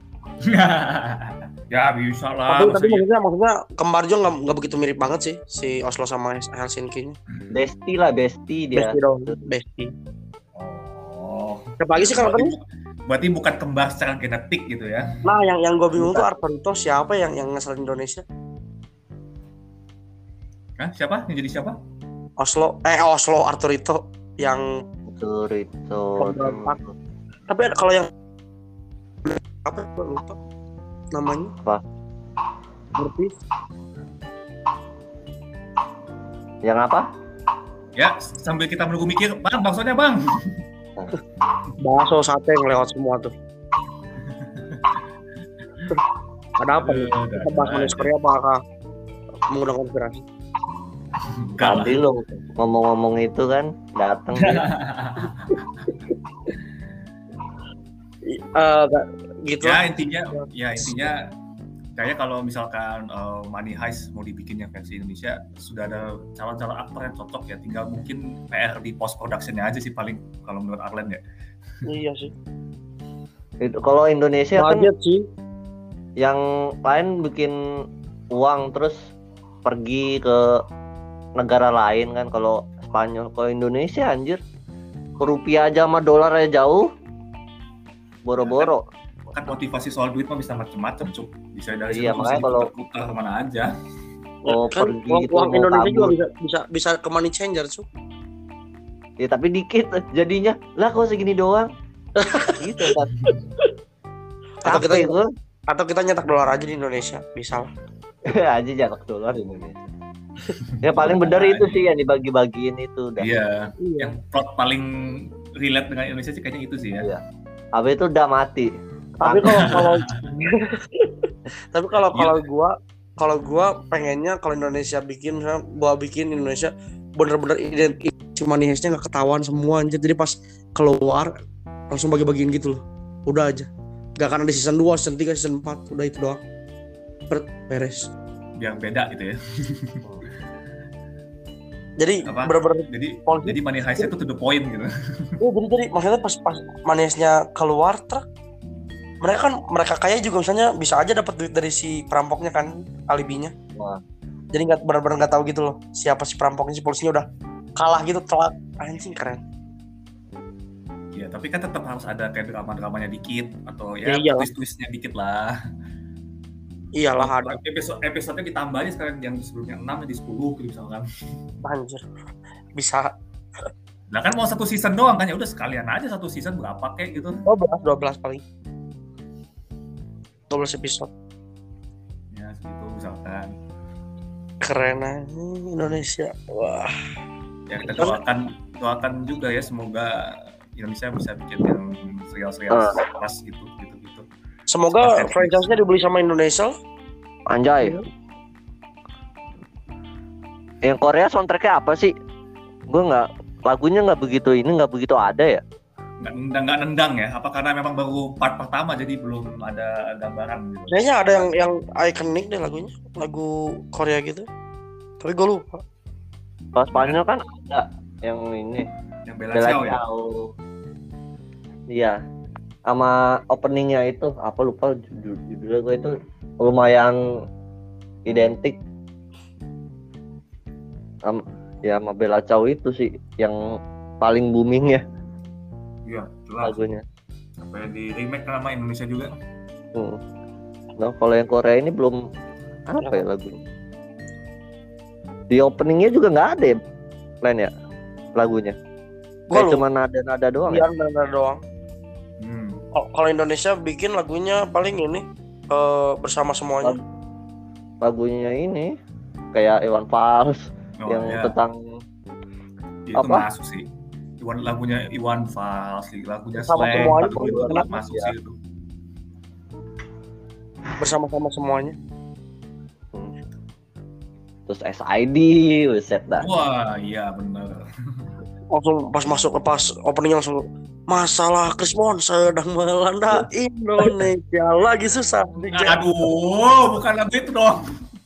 Ya bisa lah. Tapi, tapi maksudnya- maksudnya maksudnya kembar juga nggak nggak begitu mirip banget sih si Oslo sama Helsinki. Besti lah, besti dia. Besti dong, besti. Oh. Siapa lagi sih karakternya? Berarti, berarti bukan kembar secara genetik gitu ya? Nah, yang yang gue bingung tuh Bukan. Arturito siapa yang yang ngeselin Indonesia? Hah? Siapa? Yang jadi siapa? Oslo, eh Oslo Arturito yang Turito. Pemberontak. tapi ada kalau yang apa gue lupa namanya. Apa? Berpis. Yang apa? Ya, sambil kita menunggu mikir, Bang, baksonya Bang. Bakso sate yang lewat semua tuh. Ada apa nih? Aduh, Kita bahas ada manusia aja. Korea apakah menggunakan konspirasi? Enggak lah. Tadi lu ngomong-ngomong itu kan datang dia. Eh, gitu. Ya intinya, ya intinya kayak kalau misalkan uh, Money Heist mau dibikin yang versi Indonesia sudah ada calon-calon aktor yang cocok ya, tinggal mungkin P R di post productionnya aja sih paling kalau menurut Arlen ya. Iya sih. Itu kalau Indonesia kan Budget sih. yang lain bikin uang terus pergi ke negara lain kan, kalau Spanyol. Kalau Indonesia anjir ke rupiah aja sama dolar aja jauh, boro-boro. Kan motivasi soal duit mah bisa macam-macam, Cuk. Bisa dari Iya, situ makanya bisa kalau- diputar kemana aja. Oh, kan pergi uang, gitu, uang mau Indonesia juga kabur. bisa bisa bisa ke money changer su. Ya tapi dikit jadinya, lah kok segini doang. Gitu kan. Atau kita Capek gua. atau kita nyetak dolar aja di Indonesia bisa lah. aja jarak dolar di Indonesia. Ya paling bener itu sih yang dibagi-bagiin itu udah. Iya, Iya. yang plot paling relate dengan Indonesia sih kayaknya itu sih ya. Iya. Habis itu udah mati. Tapi kalau kalau Tapi kalau Iya. kalau gua kalau gua pengennya kalau Indonesia bikin, misalnya gua bikin Indonesia bener-bener identik si Money Heist-nya nggak ketahuan semua anjir. Jadi pas keluar langsung bagi-bagiin gitu loh. Udah aja. Gak akan ada season dua, season tiga, season empat. Udah itu doang. Ber- beres. Biar beda gitu ya. Jadi Apa? bener-bener Jadi polisi. jadi Money Heist itu to the point gitu. Oh, jadi jadi maksudnya pas pas Money Heist-nya keluar truk, mereka kan mereka kaya juga misalnya bisa aja dapat duit dari si perampoknya kan, alibinya. Wah. Jadi nggak benar-benar nggak tahu gitu loh siapa si perampoknya, si polisinya udah kalah gitu, telak. Anjing keren. Ya, tapi kan tetap harus ada kayak drama-dramanya dikit atau Ya ya, iyalah. twist-twistnya dikit lah. Iyalah ada. Episode episodenya ditambah aja sekarang yang sebelumnya enam jadi sepuluh gitu misalkan. Anjir. Bisa. Nah kan mau satu season doang kan, ya udah sekalian aja satu season berapa kayak gitu. Oh, dua belas paling. dua belas episode. Ya segitu misalkan. Keren aja Indonesia. Wah. Ya kita doakan doakan juga ya semoga Indonesia bisa bikin yang serial-serial Ah. kelas gitu gitu gitu. Semoga franchise-nya dibeli sama Indonesia. Anjay. Yang Korea soundtracknya apa sih? Gue nggak, lagunya nggak begitu ini nggak begitu ada ya. Nggak nendang nggak nendang ya? Apa karena memang baru part pertama jadi belum ada gambaran gitu? Kayaknya ada yang yang ikonik deh lagunya, lagu Korea gitu. Tapi gue lupa. Kalau Spanyol kan ada yang ini. Yang Bella Bella Ciao ya? Ciao. Iya. Sama openingnya itu apa lupa judul judulnya gue itu lumayan identik. Sama, ya sama Bella Ciao itu sih yang paling booming ya Iya, jelas. lagunya. Sampai di remake kan sama Indonesia juga. Hmm. Nah kalau yang Korea ini belum apa ya lagunya. Di openingnya juga nggak ada ya, Len ya lagunya. Gue Kayak lupa. cuma nada-nada doang Iya, ya. benar doang. Hmm. Kalau kalau Indonesia bikin lagunya paling ini eh, bersama semuanya. Lagunya ini kayak Iwan Fals Oh, yang ya. tentang Itu apa? masuk sih. Iwan lagunya Iwan Fals, lagunya Sama Slang, semuanya, itu itu kenapa? masuk Ya. sih itu. Bersama-sama semuanya. Hmm. Terus S I D, buset dah. Wah, iya bener. Langsung pas masuk ke pas openingnya langsung masalah Krismon sedang melanda Indonesia lagi susah dijawab. Aduh, bukan lagu itu dong.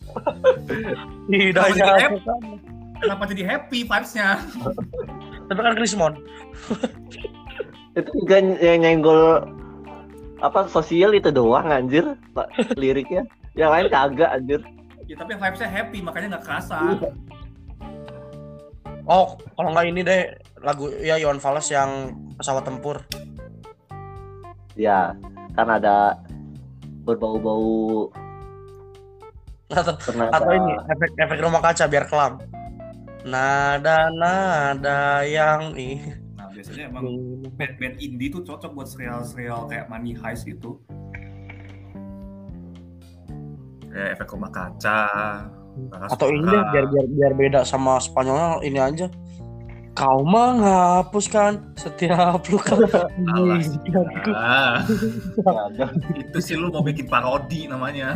Tidak Kenapa jadi nyata. happy? Kenapa jadi happy vibes-nya? Tapi kan Krismon. Itu kan yang nyenggol apa sosial itu doang anjir Pak, liriknya. Yang lain kagak anjir. Ya tapi vibes-nya happy, makanya nggak kerasa. Oh, kalau nggak ini deh lagu ya Iwan Fals yang pesawat tempur. Ya, kan ada berbau-bau Atau, tenaga. atau ini efek efek rumah kaca biar kelam. Nada nada yang ih. Nah biasanya emang band-band indie tuh cocok buat serial-serial kayak Money Heist gitu. Kayak efek rumah kaca. Atau ini deh biar biar biar beda sama Spanyolnya ini aja. Kau menghapuskan setiap luka. Alas, Jiwaku. ah, itu sih lu mau bikin parodi namanya.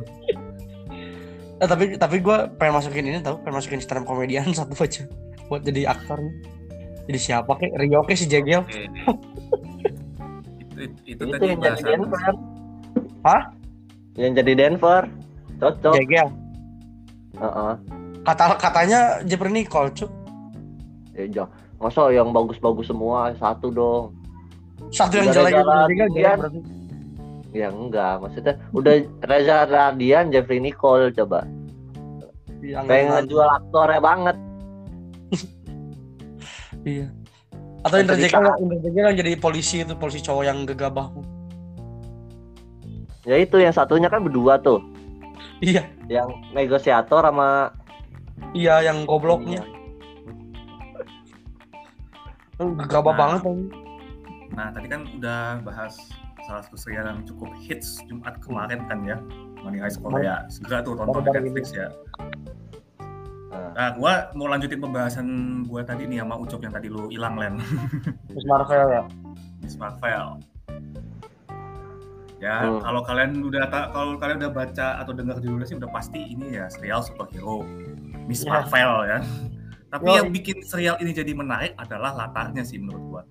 Eh, tapi tapi gue pengen masukin ini tau, pengen masukin stand up komedian satu aja buat jadi aktornya. Jadi siapa kek? Rio kek si Jegel. Oke. itu, itu, itu Itu tadi yang jadi bahasan. Denver. Hah? Yang jadi Denver. Cocok. Jegel. Heeh. Kata katanya Jeffrey Nicole cuk. Ya, jangan. Masa yang bagus-bagus semua satu dong. Satu yang Gara-gara jelek itu Jegel dia- jelek berarti. Ya enggak, maksudnya udah Reza Radian, Jeffrey Nicole coba. Yang Pengen ngejual aktornya banget. Iya. Atau Indra Cerita. Jegel, Indra Jegel yang jadi polisi itu, polisi cowok yang gegabah. Ya itu yang satunya kan berdua tuh. Iya, Yang negosiator sama iya yang gobloknya. Gegabah Nah. banget kan. Nah tadi kan udah bahas salah satu serial yang cukup hits Jumat kemarin kan ya, Money Heist Korea. Segera tuh tonton di Baru-baru Netflix ya. Nah. Nah, gua mau lanjutin pembahasan gua tadi nih sama Ucup yang tadi lu hilang Len. Miss Marvel ya. Miss Marvel. Ya, Hmm. kalau kalian udah ta- kalau kalian udah baca atau dengar judulnya sih udah pasti ini ya serial superhero Miss Ya. Marvel ya. Tapi Yo. yang bikin serial ini jadi menarik adalah latarnya sih menurut gua.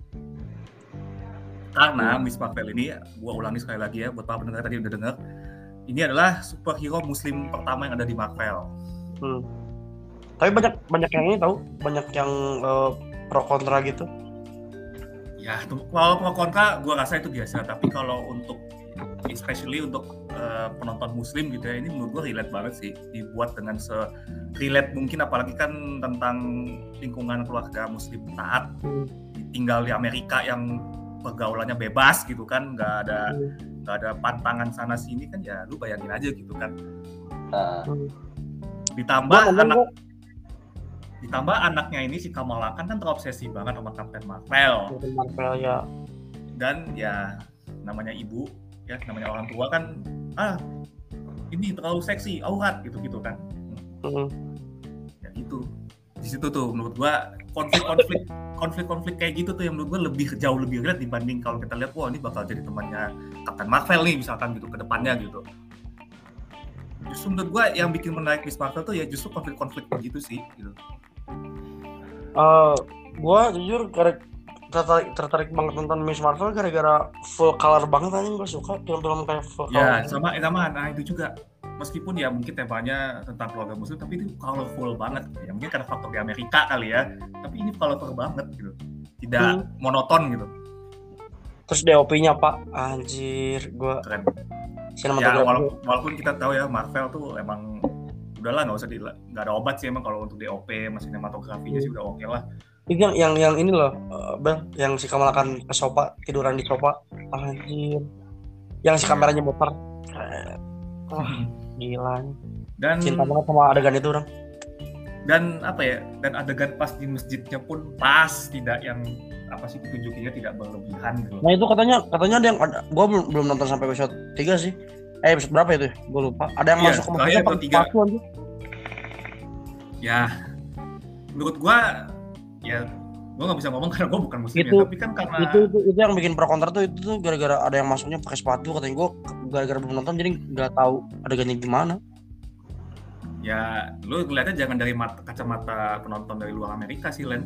Karena Hmm. Miss Marvel ini, gua ulangi sekali lagi ya buat para pendengar tadi udah dengar, ini adalah superhero muslim pertama yang ada di Marvel. Hmm. Tapi banyak banyak yang ini tahu, banyak yang uh, pro kontra gitu. Ya, tuh, kalau pro kontra gua rasa itu biasa, tapi kalau untuk especially untuk uh, penonton muslim gitu ya, ini menurut gue relate banget sih, dibuat dengan se-relate mungkin, apalagi kan tentang lingkungan keluarga muslim taat, Hmm. tinggal di Amerika yang pergaulannya bebas gitu kan, nggak ada Hmm. nggak ada pantangan sana sini kan, ya lu bayangin aja gitu kan. Ah, Hmm. Ditambah Gua nonton anak kok. ditambah anaknya ini si Kamala Khan kan terobsesi banget sama Captain Marvel, Captain Marvel ya. dan ya namanya ibu ya, namanya orang tua kan, ah ini terlalu seksi, aurat gitu-gitu kan. Hmm. Ya gitu. Di situ tuh menurut gua konflik-konflik konflik-konflik kayak gitu tuh yang menurut gua lebih jauh lebih relate dibanding kalau kita lihat wah ini bakal jadi temannya Captain Marvel nih misalkan gitu ke depannya gitu. Justru menurut gua yang bikin menarik Miss Marvel tuh ya justru konflik-konflik begitu sih gitu. Uh, gua jujur gara- tertarik tertarik banget nonton Miss Marvel gara-gara full color banget anjing, gua suka film-film kayak full Ya color. sama sama nah itu juga, meskipun ya mungkin temanya tentang keluarga muslim tapi itu colorful banget gitu. Ya mungkin karena faktor di Amerika kali ya, tapi ini colorful banget gitu, tidak Hmm. monoton gitu, Terus D O P-nya Pak, anjir, gua keren. Ya sinematografi. walaupun, walaupun kita tahu ya Marvel tuh emang udahlah nggak usah di nggak ada obat sih emang kalau untuk D O P mas sinematografinya sih udah oke lah. Itu yang yang yang ini loh, uh, Bel, yang si Kamala Khan ke sofa, tiduran di sofa, anjir. Yang si kameranya muter. Eh, Wah, gila nih. Dan Cinta banget sama adegan itu orang. dan apa ya, dan adegan pas di masjidnya pun pas, tidak yang apa sih ditunjukinnya tidak berlebihan gitu. Nah itu katanya katanya ada yang ada, gua belum belum nonton sampai episode tiga sih. Eh episode berapa itu? Gua lupa. Ada yang Iya, masuk ke terakhir masjidnya episode pakai tiga. sepatu anjir. Ya menurut gua ya gua nggak bisa ngomong karena gua bukan muslim Itu- ya, tapi kan karena Itu, itu itu yang bikin pro kontra tuh itu tuh gara-gara ada yang masuknya pakai sepatu, katanya gua gara-gara belum nonton jadi nggak tahu adegannya gimana. ya lu ngeliatnya jangan dari mata, kacamata penonton dari luar Amerika sih Len.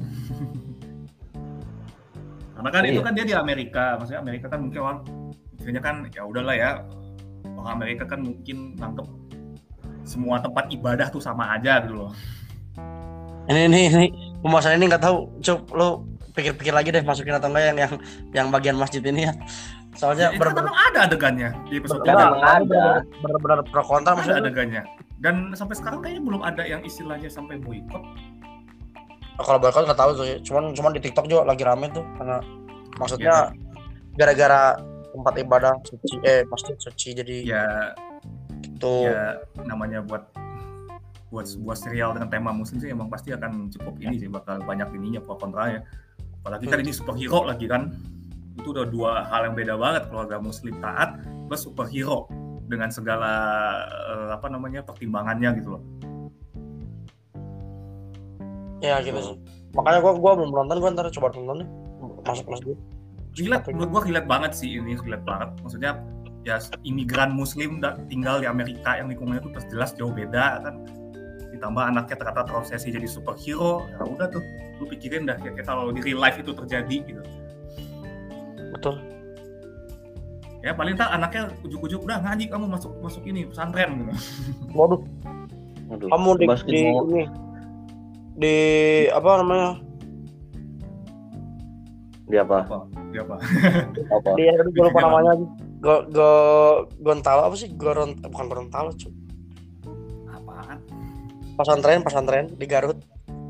Karena kan Iya. itu kan dia di Amerika, maksudnya Amerika kan mungkin orang akhirnya kan ya udahlah ya, orang Amerika kan mungkin nangkep semua tempat ibadah tuh sama aja gitu loh. Ini ini ini pembahasan ini nggak tahu, Cup, lo pikir-pikir lagi deh masukin atau enggak yang yang yang bagian masjid ini ya. Soalnya Ya, itu kan benar-benar memang ada adegannya di episode Kan tiga. emang ada. benar-benar pro kontra Ada maksudnya. adegannya. Dan sampai sekarang kayaknya belum ada yang istilahnya sampai boikot. Kalau boykot nggak tahu tuh, ya. cuman cuman di TikTok juga lagi rame tuh karena maksudnya gara-gara tempat ibadah suci eh masjid suci jadi Ya, itu ya namanya buat buat sebuah serial dengan tema muslim sih emang pasti akan cukup ini sih, bakal banyak ininya pro kontra ya. Apalagi kan ini superhero lagi kan. Itu udah dua hal yang beda banget, keluarga muslim taat plus superhero dengan segala eh, apa namanya pertimbangannya gitu loh. ya gitu sih. Makanya gua gua belum nonton, gua ntar coba nonton deh. Masuk masjid. Relate, menurut gua relate banget sih ini, relate banget. Maksudnya ya imigran muslim da- tinggal di Amerika yang lingkungannya tuh jelas jauh beda kan. Ditambah anaknya ternyata terobsesi jadi superhero, ya udah tuh lu pikirin dah kayak kalau di real life itu terjadi gitu. Betul. Ya paling tak anaknya ujuk-ujuk udah ngaji kamu masuk masuk ini pesantren gitu. Waduh, Aduh, kamu di, basket di mau ini di apa namanya? di apa? Apa? Dia apa? Apa? Di aduh gua lupa namanya aja. Go go Gontalo apa sih? Goron bukan Gorontalo, cuy. Apaan? Pesantren, pesantren di Garut.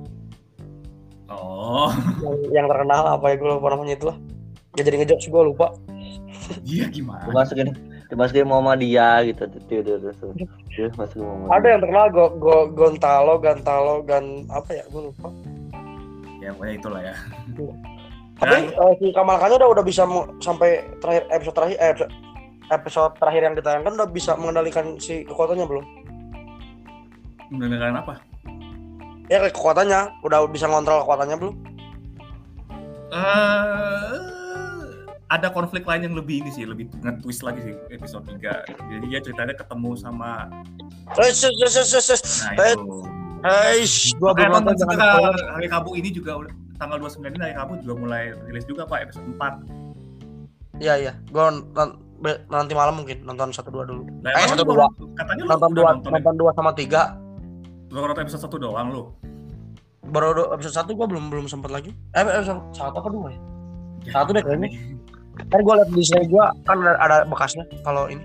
Oh, Yang, yang terkenal apa ya, gue lupa namanya itu lah. Gak jadi ngejokes, gue lupa. iya gimana? Dimasukin dimasukin Muhammadiyah gitu tuh tuh tuh tuh. Dia masukin Muhammadiyah. Ada yang terkenal go, go Gontalo, Gantalo, Gan apa ya, gue lupa. Ya pokoknya itulah ya. Tapi eh, si Kamal Khan udah udah bisa mo- sampai terakhir episode terakhir eh, episode, episode terakhir yang ditayangkan udah bisa mengendalikan si kekuatannya belum? Mendengarkan apa? Ya kekuatannya udah bisa ngontrol kekuatannya belum? Eh, ada konflik lain yang lebih ini sih, lebih nge-twist lagi sih episode tiga. Jadi dia ceritanya ketemu sama Eh, sus, sus, sus, sus, sus. nah Eh, itu. eh, shh, gua Makanya belum emang nonton, jangan setelah spoiler. hari Rabu ini juga tanggal dua puluh sembilan ini hari Rabu juga mulai rilis juga Pak episode empat. Iya iya, gua nonton, be- nanti malam mungkin nonton satu dua dulu. Nah, Eh emang satu lu dua, baru- katanya lu nonton udah dua, nonton, nonton dua sama tiga. lu nonton episode satu doang lu. Baru do- episode satu gua belum belum sempat lagi. Eh episode satu apa dua ya? Satu deh kayaknya. Kan gua liat di sini gua kan ada, ada bekasnya kalau ini.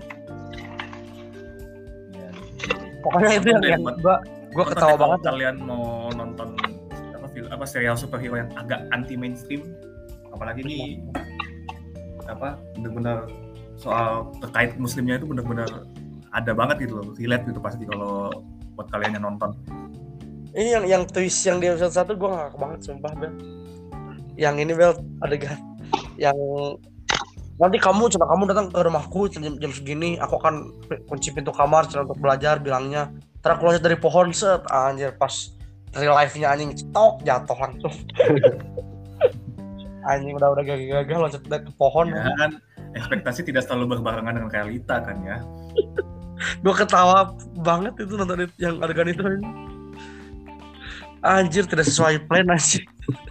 Ya. Pokoknya itu yang, Nonton deh, yang buat- gua gua nonton ketawa deh kalau banget. kalian mau nonton apa film apa serial superhero yang agak anti mainstream, apalagi ini apa benar-benar soal terkait muslimnya itu benar-benar ada banget gitu loh, relate gitu pasti kalau buat kalian yang nonton. Ini yang yang twist yang di episode satu gue ngakak banget sumpah Bel. Yang ini Bel adegan yang nanti kamu cina kamu datang ke rumahku jam, jam segini, aku akan kunci pintu kamar cina untuk belajar bilangnya. Terus aku loncat dari pohon set anjir pas real life-nya anjing stok jatuh langsung. Anjing udah udah gagal-gagal loncat ke pohon. Ya kan ekspektasi tidak selalu berbarengan dengan realita kan ya. Gue ketawa banget itu nonton itu, yang adegan itu. Anjir tidak sesuai plan anjir.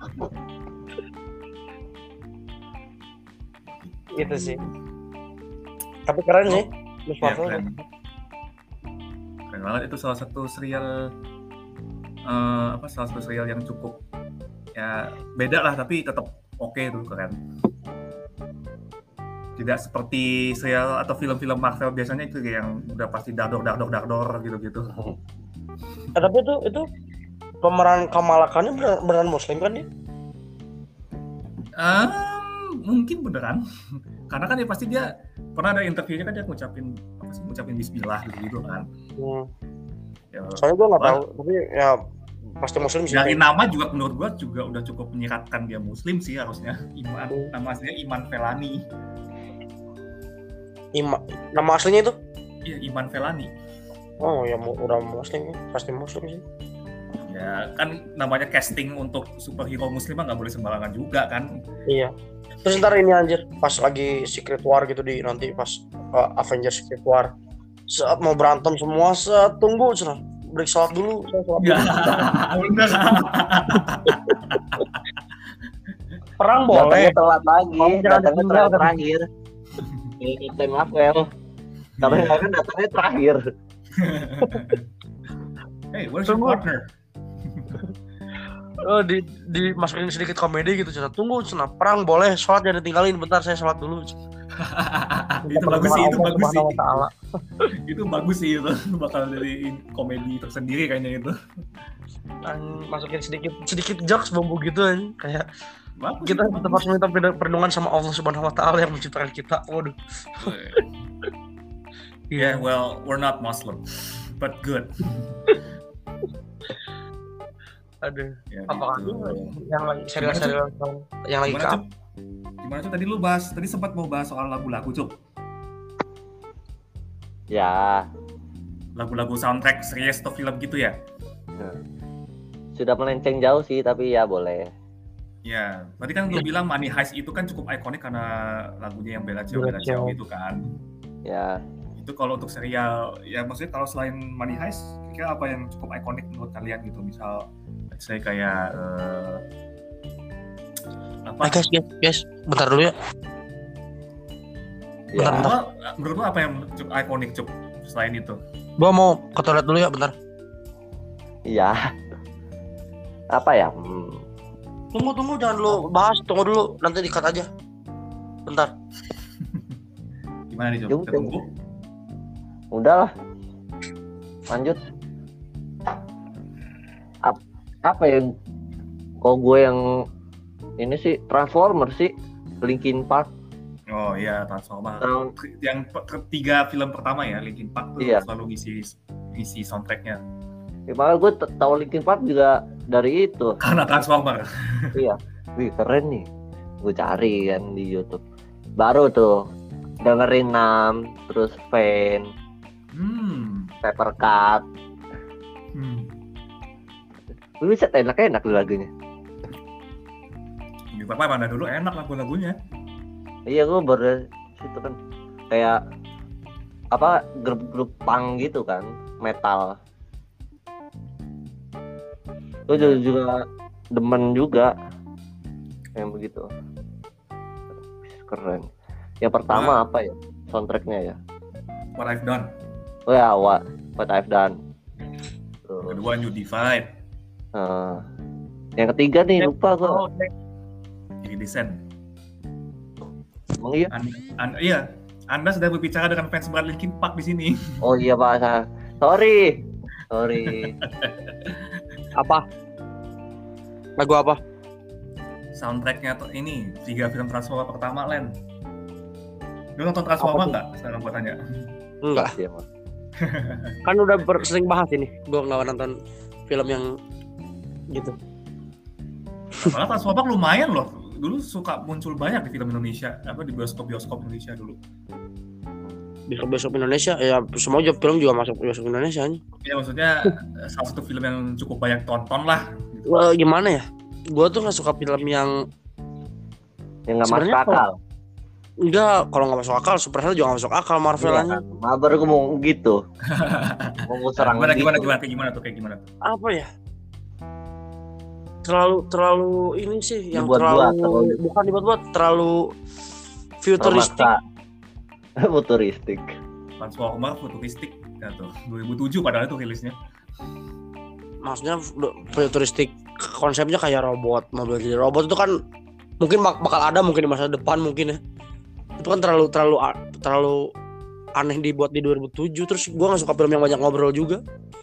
Gitu sih. Tapi keren sih. Miss Ya, Marvel. keren. Keren banget itu salah satu serial eh, apa salah satu serial yang cukup ya beda lah tapi tetap oke tuh keren. Tidak seperti serial atau film-film Marvel biasanya itu yang udah pasti dardor dardor dardor gitu-gitu. Eh, tapi itu itu pemeran Kamala Khan beneran, beneran Muslim kan dia? Um, mungkin beneran karena kan ya pasti dia pernah ada interviewnya kan dia ngucapin apa sih ngucapin Bismillah gitu kan. Hmm. Ya, Soalnya gue nggak Wah. tahu, tapi ya pasti Muslim sih. dari nama juga menurut gua juga udah cukup menyiratkan dia Muslim sih harusnya. Iman nama aslinya Iman Velani. Ima, nama aslinya itu? Iya Iman Velani. Oh ya mu- udah Muslim, pasti Muslim sih. Ya kan namanya casting untuk superhero Muslim mah nggak boleh sembarangan juga kan. Iya. Terus ntar ini anjir, pas lagi Secret War gitu di nanti pas uh, Avengers Secret War, saat mau berantem semua, set tunggu cina, break sholat dulu, saya sholat dulu. Ya, bener. Perang boleh. Datangnya telat lagi, Oh, jangan datangnya ditinggal, telat kan? terakhir. Ini Captain Marvel. Tapi kan datangnya terakhir. Hey, where's your Tunggu. partner? Oh, di dimasukin sedikit komedi gitu cina. Tunggu cina, perang boleh, sholat jangan ditinggalin, bentar saya sholat dulu. Itu bagus sih, itu bagus sih. Subhanahu wa ta'ala. Itu bagus sih itu bakal jadi komedi tersendiri kayaknya itu. Dan masukin sedikit sedikit jokes bumbu gitu kan, kayak Bagus, kita itu tetap bagus. harus minta perlindungan sama Allah Subhanahu wa ta'ala yang menciptakan kita. Waduh. Yeah, well, we're not Muslim, but good. Aduh. Ya, Apakah gitu. yang lagi serial-serial yang lagi Gimana, ke Cuk? Gimana Cuk? Tadi lu bahas, tadi sempat mau bahas soal lagu-lagu, Cuk. Ya, Lagu-lagu soundtrack series atau film gitu ya? sudah melenceng jauh sih, tapi ya boleh. Ya, tadi kan lu bilang Money Heist itu kan cukup ikonik karena lagunya yang Bella Ciao, Bella Bella Ciao Ciao. gitu kan. Ya, Itu kalau untuk serial, ya maksudnya kalau selain Money Heist, kira apa yang cukup ikonik menurut kalian gitu? Misal, let's say kayak eh, apa? Eh, guys, guys, guys, bentar dulu ya. ya. Bentar. Menurut lo, menurut lo apa yang cukup ikonik Cuk selain itu? Gua mau ke toilet dulu ya, bentar. Iya. Apa ya? Hmm. Tunggu, tunggu, jangan dulu bahas, tunggu dulu, nanti di-cut aja. Bentar. Gimana nih Cuk? Yaudah. Kita tunggu. Udahlah. Lanjut. Ap- apa yang kok gue yang ini sih Transformer sih, Linkin Park. Oh iya, Transformer. Tahun Yang pe- ketiga film pertama ya, Linkin Park tuh Iya. selalu ngisi ngisi soundtracknya. ya, makanya gue t- tahu Linkin Park juga dari itu. Karena Transformer. Iya. Wih, keren nih. Gue cari kan di YouTube. Baru tuh dengerin Nam, terus Fan, Hmm. Paper Cut. hmm. Lu bisa enak-enak tuh lagunya. Linkin Park mana dulu enak lagu-lagunya. Iya, gue baru situ kan kayak apa grup-grup punk gitu kan, metal. Gue juga, juga demen juga yang begitu. Keren. Yang pertama apa ya? Soundtracknya ya. What I've Done. Oh ya, What What I've Done. Terus, Kedua New Divide. uh, yang ketiga nih lupa gue. Iridescent. Emang iya? An, an, iya, Anda sedang berbicara dengan fans berat Linkin Park di sini. Oh iya Pak, sorry, sorry. Apa? Lagu apa? Soundtracknya tuh ini tiga film Transformer pertama, Len. Lu nonton Transformer nggak? Sekarang gua tanya. Enggak. Iya, Mas. Kan udah ber- sering bahas ini. Gua nggak nonton film yang gitu. Malah Transformer lumayan loh. Dulu suka muncul banyak di film Indonesia, apa di bioskop-bioskop Indonesia dulu. Bioskop-bioskop Indonesia ya semua juga film juga masuk bioskop Indonesia nih. Ya maksudnya salah satu film yang cukup banyak tonton lah. Gitu. Wah, gimana ya? Gua tuh nggak suka film yang Yang nggak masuk Sebenarnya akal. enggak, kalau nggak masuk akal, Superhero juga nggak masuk akal, Marvel Iya aja. kan? Mabar gue mau gitu. Mau serang Gimana gitu. gimana gimana kayak gimana tuh kayak gimana tuh? Apa ya? Terlalu terlalu ini sih yang Dibuat-buat, terlalu, terlalu- bukan dibuat-buat, terlalu futuristik. Memaksa. Futuristik. Transformer futuristik ya tuh. dua ribu tujuh padahal itu rilisnya. Maksudnya futuristik konsepnya kayak robot, mobil jadi robot itu kan mungkin bak- bakal ada mungkin di masa depan mungkin ya. Itu kan terlalu terlalu terlalu aneh dibuat di dua ribu tujuh. Terus gua nggak suka film yang banyak ngobrol juga.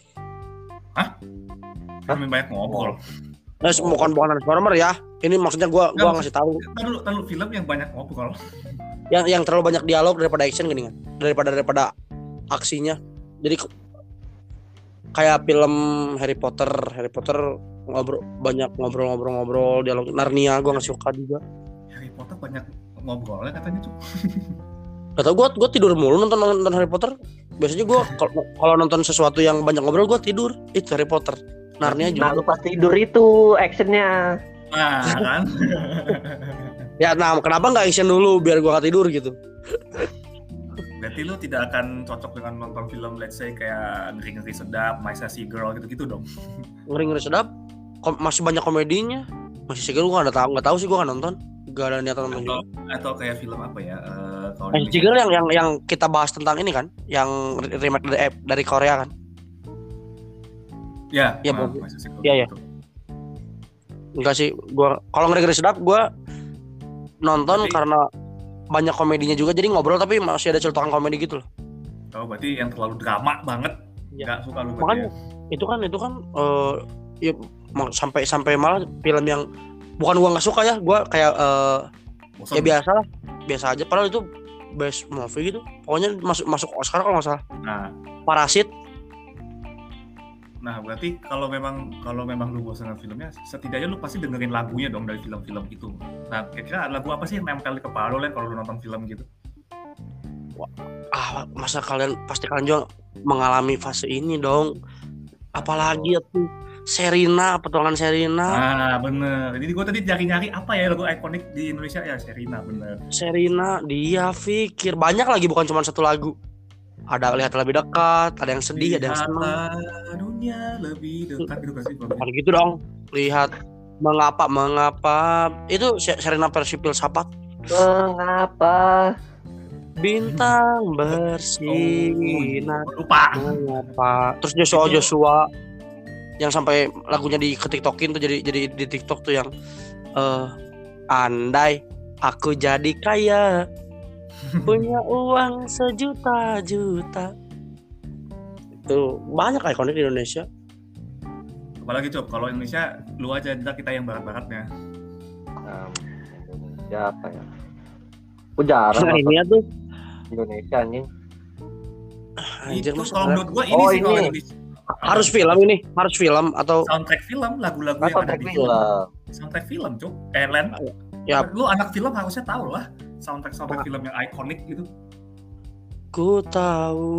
Film yang banyak ngobrol. Nah, Oh. bukan bukan Transformer ya. Ini maksudnya gua gua ngasih tahu Ntar dulu, ntar dulu film yang banyak ngobrol. yang yang terlalu banyak dialog daripada action gini kan. Daripada daripada aksinya. Jadi ke- kayak film Harry Potter, Harry Potter ngobrol banyak ngobrol-ngobrol-ngobrol dialog. Narnia gua nggak suka juga. Harry Potter banyak ngobrolnya katanya tuh. Gak tau, gue gue tidur mulu nonton nonton Harry Potter. Biasanya gue kalau kalau nonton sesuatu yang banyak ngobrol gue tidur. Itu Harry Potter. Narnia Nah, juga. lu pas tidur itu actionnya. Nah kan. Ya, nah kenapa nggak action dulu biar gue gak tidur gitu? Berarti lu tidak akan cocok dengan nonton film let's say kayak Ngeri-Ngeri Sedap, My Sassy Girl gitu-gitu dong. Ngeri ngeri sedap. Kom- masih banyak komedinya. Masih segar gue nggak tahu nggak tahu sih gue nggak nonton. Gak ada niatan nonton Atau, juga. atau kayak film apa ya? Uh, kalau Masih segar yang yang yang kita bahas tentang ini kan, yang remake dari, eh, dari Korea kan? Ya, Ya, uh, Bu. My Sassy Girl. Iya, iya. gitu. Enggak sih, gue kalau ngeri ngeri sedap gue nonton Berarti- karena banyak komedinya juga, jadi ngobrol tapi masih ada celutukan komedi gitu loh. Oh, berarti yang terlalu drama banget. Iya. Nggak suka lu berarti Makanya ya? itu kan itu kan eh, ya ma- sampai sampai malah film yang bukan gua nggak suka ya, gua kayak eh, Bosan. ya biasa lah, biasa aja. Padahal itu best movie gitu, pokoknya masuk masuk Oscar kalau nggak salah. Nah, Parasit. nah berarti kalau memang kalau memang lu bosan dengan filmnya, setidaknya lu pasti dengerin lagunya dong dari film-film itu. Nah, kira-kira lagu apa sih yang nempel di kepala lu Len, kalau lu nonton film gitu? Ah, masa kalian pasti kalian juga mengalami fase ini dong. Apalagi itu Sherina, petualangan Sherina. Nah, bener. Jadi gue tadi nyari-nyari apa ya lagu ikonik di Indonesia ya, Sherina, bener. Sherina, dia pikir banyak lagi, bukan cuma satu lagu. Ada lihat lebih dekat, ada yang sedih, ada yang senang. Lihatlah dunia lebih dekat gitu kan sih? Bukan gitu dong. Lihat mengapa mengapa itu Sherina versi Filsafat. Mengapa? Bintang bersinar. Oh, lupa. Mengapa? Terus Joshua Joshua yang sampai lagunya di ketiktokin tuh, jadi jadi di TikTok tuh yang eh andai aku jadi kaya, punya uang sejuta-juta. Itu banyak ikonik di Indonesia. Apalagi Cop, kalau Indonesia lu aja, ntar kita yang barat-baratnya. Um, Indonesia apa ya? Aku jarang Nah, nonton ini ya tuh Indonesia anjing. anjir, Itu mas, kalau menurut gua ini Oh, sih kalau ini. Indonesia. harus film ini, harus film atau Soundtrack film, lagu-lagu Apa yang ada di film. film? Soundtrack film, Cop. Eh, Len. ya Lu anak film harusnya tahu lah soundtrack-soundtrack film yang ikonik gitu. ku tahu,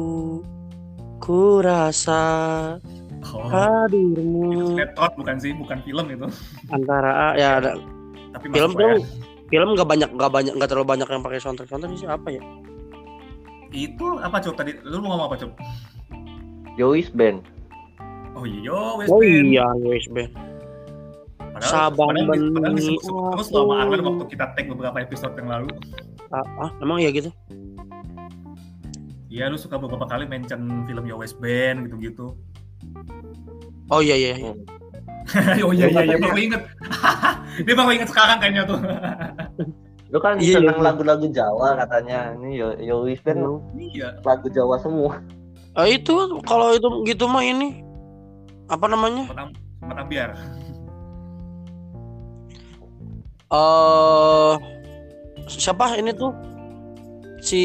ku rasa Oh, itu hadirmu sinetron bukan sih, bukan film itu. antara ya ada Tapi film masuk lah tuh film nggak banyak nggak banyak nggak terlalu banyak yang pakai soundtrack soundtrack sih apa ya? Itu apa Cok tadi? Lu mau ngomong apa Cok? Joey's Band. Oh iya, West Oh Band. iya, West Band. Padahal, Sabar padahal, benih padahal disebut terus aku. sama Arlen waktu kita tag beberapa episode yang lalu. Ah, ah, emang iya gitu? Iya, lu suka beberapa kali mention film Yo West Band gitu-gitu. Oh iya iya. iya. Oh iya iya, iya baru inget. Dia baru inget sekarang kayaknya tuh. Lu kan Iya, seneng iya. lagu-lagu Jawa katanya. Ini Yo Joey's Band Iya. lagu Jawa semua. Ah, itu kalau itu gitu mah ini apa namanya? Sempat sempat ambiar. Eh siapa ini tuh si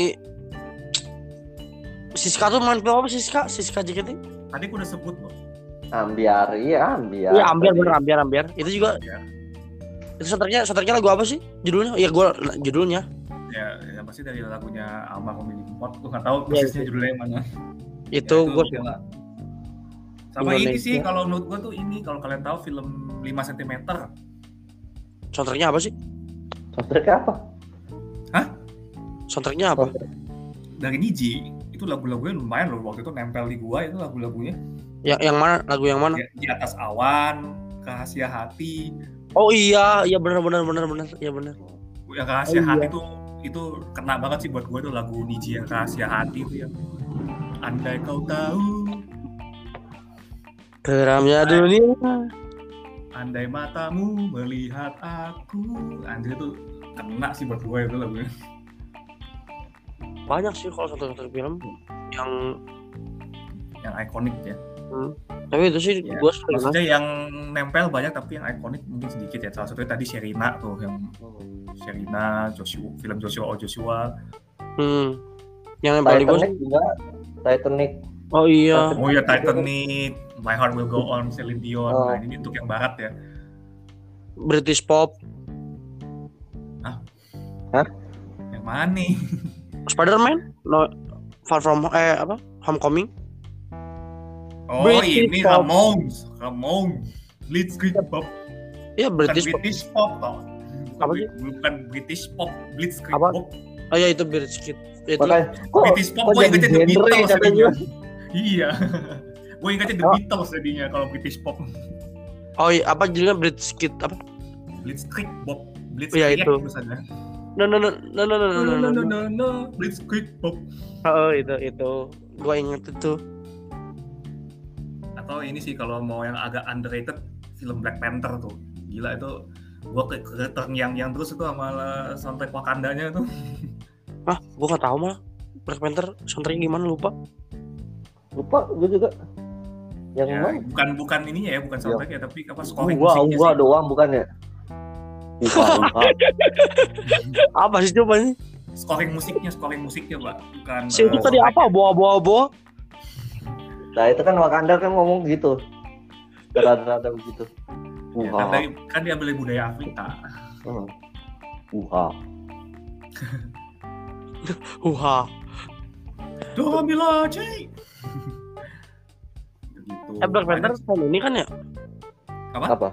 Siska tuh main film apa Siska? Siska J K T? Tadi aku udah sebut loh. Ambiar, iya Ambiar. Iya, Ambiar Tadi. bener Ambiar Ambiar. Itu juga Ya, itu soundtracknya soundtracknya lagu apa sih judulnya? Iya gua judulnya. ya, ya pasti dari lagunya Almarhum Lily Pot. Gue nggak tahu Iya, persisnya itu. judulnya yang mana. Itu Ya, gua oke lah. Sama Indonesia. ini sih kalau menurut gue tuh ini kalau kalian tahu film lima sentimeter. soundtracknya apa sih? Soundtrack apa? Soundtracknya apa? Dari Niji itu lagu-lagunya lumayan loh, waktu itu nempel di gua itu lagu-lagunya. Yang yang mana? Lagu yang mana? Di, di atas awan, Rahasia Hati. Oh iya, iya benar benar benar benar. Iya benar. Yang Rahasia Oh, iya. Hati itu itu kena banget sih buat gua tuh lagu Niji yang Rahasia Hati itu ya. Andai kau tahu, Geramnya dunia. andai matamu melihat aku, anjir itu kena sih buat gua itu lagunya. Banyak sih kalau soundtrack film yang Yang ikonik ya. tapi itu sih Ya, gua sering maksudnya yang nempel banyak tapi yang ikonik mungkin sedikit ya. Salah satunya tadi Sherina tuh, yang Sherina, Joshua, film Joshua Oh Joshua. hmm. Yang nempel di gua. Titanic juga. Titanic. Oh iya. Oh ya Titanic, My Heart Will Go On, Celine Dion. Oh. Nah ini untuk yang barat ya. British pop. Yang mana nih? Spider-Man? No, Far From eh apa? Homecoming? Oh British ini pop. Ramones, Ramones, Blitzkrieg Pop. Iya Bukan British pop. British Pop toh. Apa sih? Bukan British Pop, Blitzkrieg Apa? Pop. Oh iya itu British Kid. Itu. Makanya kok, British Pop kok gue jadi ingetnya The genre Beatles katanya? jadinya. Iya. Gue ingetnya The Oh. Beatles jadinya kalau British Pop. Oh iya apa judulnya British Kid apa? Blitzkrieg Pop. Iya, Blitzkrieg itu. tulisannya. No no no no no no no No no. no no. no no no Blitzkrieg Pop. Oh itu itu. Gua inget itu. Atau ini sih kalau mau yang agak underrated, film Black Panther tuh. Gila itu gua ke ke terngiang-ngiang terus itu sama soundtrack Wakandanya tuh. Ah, gua nggak tahu malah. Black Panther soundtracknya gimana lupa. Lupa gue juga. Yang Ya, mana? bukan bukan ininya ya, bukan soundtrack ya, tapi apa scoring Gua, musiknya gua sih. doang bukan ya? Bukan, bukan. Apa sih coba nih? Scoring musiknya, scoring musiknya, Pak. Bukan. Si itu eh, tadi soundtrack. apa? Boa-boa-boa. Nah itu kan Wakanda kan ngomong gitu. Rada-rada begitu. Ya, kan, Uha. dari, kan dia beli budaya Afrika. Hmm. Uha. Huha. Doa Milaje. Gitu. Eh Black Panther tahun ini kan ya? Apa? Apa?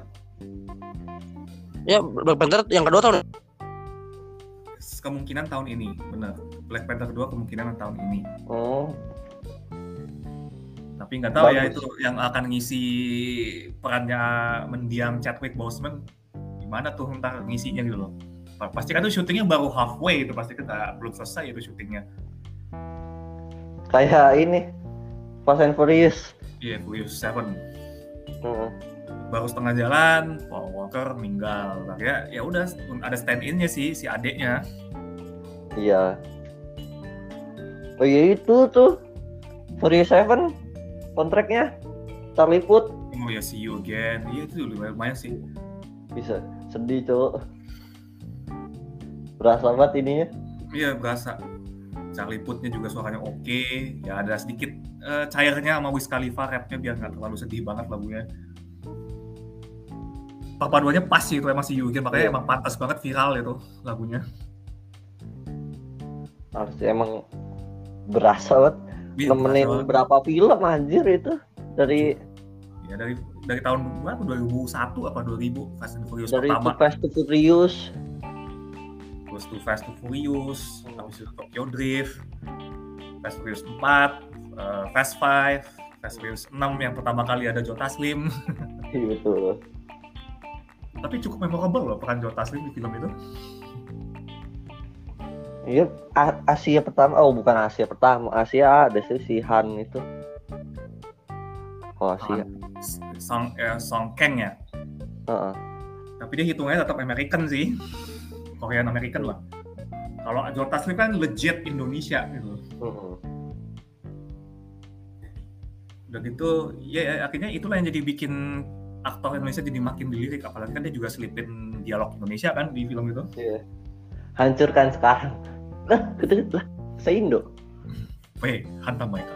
Ya Black Panther yang kedua tahun. Kemungkinan tahun ini, benar. Black Panther kedua kemungkinan tahun ini. Oh. Tapi nggak tahu ya Bagus. itu yang akan ngisi perannya mendiang Chadwick Boseman gimana tuh ntar ngisinya gitu loh. Pasti kan tuh syutingnya baru halfway itu, pasti kan nggak- belum selesai itu syutingnya. Kayak ini Fast and Furious. Iya, Furious Seven Hmm. baru setengah jalan, Paul Walker meninggal. Akhirnya ya udah ada stand innya sih si adeknya. Iya. Oh iya itu tuh Furious Seven kontraknya Charlie Puth. Oh ya, See You Again. Iya itu lumayan, lumayan sih. Bisa sedih cowok. Berasa banget ininya. Iya berasa. Charlie Puth-nya juga suaranya oke. Ya ada sedikit eh, cairnya sama Wiz Khalifa rapnya biar nggak terlalu sedih banget lagunya. Perpaduannya pas sih itu emang si Yugen, makanya Iya. emang pantas banget viral itu lagunya. Harusnya emang berasa banget. Iya, Nemenin berasa banget. berapa film anjir itu dari Ya dari dari tahun berapa? dua ribu satu apa dua ribu Fast and Furious dari pertama. Fast and Furious habis itu Fast and Furious, habis itu Tokyo Drift, Fast and Furious empat, uh, Fast five, Fast and Furious enam yang pertama kali ada Joe Taslim. Iya betul. Tapi cukup memorable loh peran Joe Taslim di film itu. Iya, A- Asia pertama, oh bukan Asia pertama, Asia ada sih si Han itu. Oh Asia. Song eh, Song Kang ya. Heeh. Tapi dia hitungnya tetap American sih, Korean American lah. Kalau Joe Taslim kan legit Indonesia gitu. Heeh. Udah gitu, ya akhirnya itulah yang jadi bikin aktor Indonesia jadi makin dilirik, apalagi kan dia juga selipin dialog Indonesia kan di film itu. Iya. Hancurkan sekarang. Lah, gitu lah. Se-Indo. Weh, hantam mereka.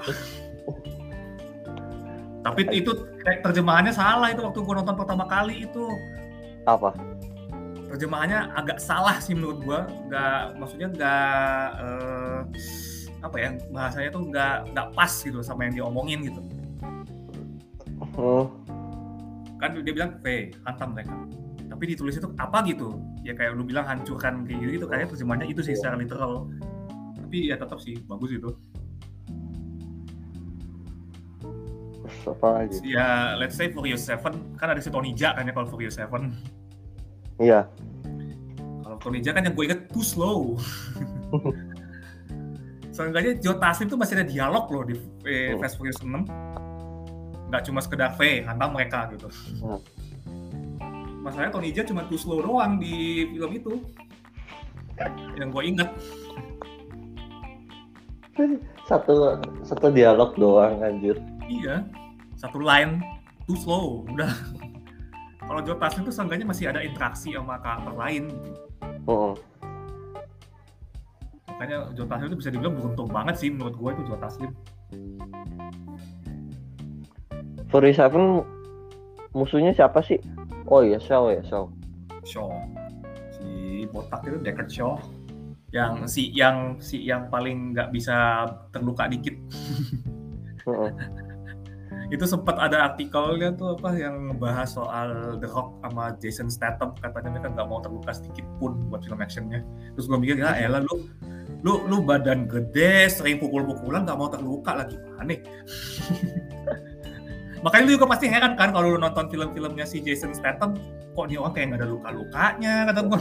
Tapi itu kayak terjemahannya salah itu waktu gue nonton pertama kali itu. Apa? Terjemahannya agak salah sih menurut gue. Nggak, maksudnya nggak eh, apa ya, bahasanya tuh nggak nggak pas gitu sama yang diomongin gitu. Oh. Kan dia bilang, "Weh, hantam mereka." Tapi ditulis itu apa gitu? Ya kayak lu bilang hancurkan kayak gitu, gitu. Kayaknya terjemahannya itu sih secara literal. Tapi ya tetap sih bagus itu. Apa lagi? Ya, let's say Furious seven kan ada si Tony Jaa kan ya kalau Furious seven. Iya. Kalau Tony Jaa kan yang gue inget too slow. Seenggaknya Joe Taslim tuh masih ada dialog loh di eh, Fast Furious enam. Nggak cuma sekedar V, hantam mereka gitu. Hmm. Masalahnya Tony Jaa cuma too slow doang di film itu. Yang gue inget. Satu satu dialog doang anjir. Iya, satu line too slow, udah. Kalau Joe Taslim tuh seenggaknya masih ada interaksi sama karakter lain gitu. Oh. Makanya Joe Taslim itu bisa dibilang beruntung banget sih menurut gue itu Joe Taslim. Furious seven musuhnya siapa sih? Oh iya, Shaw ya, Shaw. Shaw, si botak itu Deckard Shaw, yang si yang si yang paling nggak bisa terluka dikit. Uh-uh. Itu sempat ada artikelnya tuh apa yang ngebahas soal The Rock sama Jason Statham, katanya mereka nggak mau terluka sedikit pun buat film actionnya. Terus gue mikir ya elah lu lu lu badan gede sering pukul-pukulan nggak mau terluka lagi mana? Makanya lu juga pasti heran kan kalau lu nonton film-filmnya si Jason Statham, kok dia orang kayak nggak ada luka-lukanya, kata gue.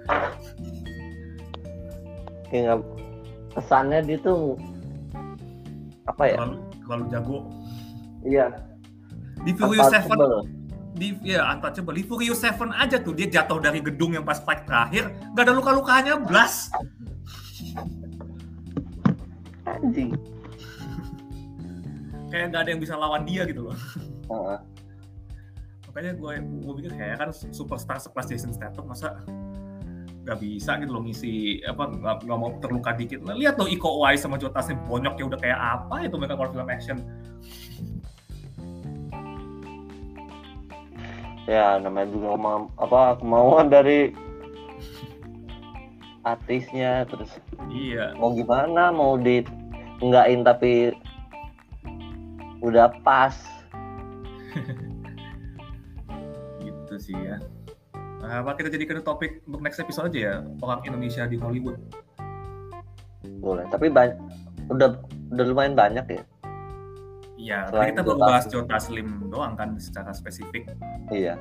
Kayak nggak, kesannya dia tuh apa ya? Terlalu, terlalu jago. Iya. Di Furious seven, di ya untouchable. Di Furious seven aja tuh dia jatuh dari gedung yang pas fight terakhir, nggak ada luka-lukanya, blas. Anjing. Kayak nggak ada yang bisa lawan dia gitu loh. Uh-uh. Makanya gue gue pikir kayak kan superstar sekelas Jason Statham masa nggak bisa gitu loh ngisi apa nggak mau terluka dikit. Nah, lihat loh Iko Uwais sama Joe Taslim bonyoknya udah kayak apa itu mereka kalau film action. Ya namanya juga kema- apa kemauan dari artisnya, terus Iya. mau gimana, mau di enggakin tapi udah pas. Gitu sih ya. Nah, apa kita jadikan topik untuk next episode aja ya, orang Indonesia di Hollywood. Boleh, tapi banyak, udah udah lumayan banyak ya. Iya, Selain kita Joe baru bahas Taslim. Joe Taslim doang kan secara spesifik. Iya.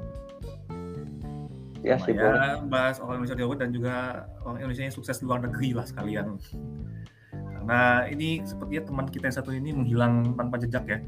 Ya sih Ya, boleh. bahas orang Indonesia di Hollywood dan juga orang Indonesia yang sukses di luar negeri lah sekalian. Karena ini sepertinya teman kita yang satu ini menghilang tanpa jejak ya.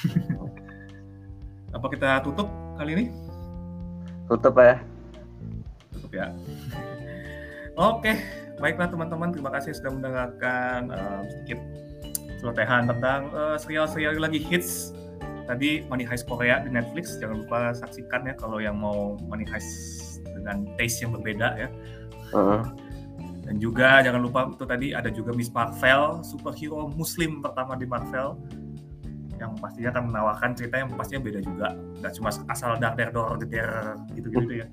Apa kita tutup kali ini? Tutup ya. Tutup ya. Oke, baiklah teman-teman, terima kasih sudah mendengarkan uh, sedikit celotehan tentang uh, serial-serial lagi hits. Tadi Money Heist Korea di Netflix, jangan lupa saksikan ya kalau yang mau Money Heist dengan taste yang berbeda ya. Uh-huh. Dan juga jangan lupa itu tadi ada juga Miss Marvel, superhero muslim pertama di Marvel, yang pastinya akan menawarkan cerita yang pastinya beda juga, nggak cuma asal dar der dor der gitu-gitu ya.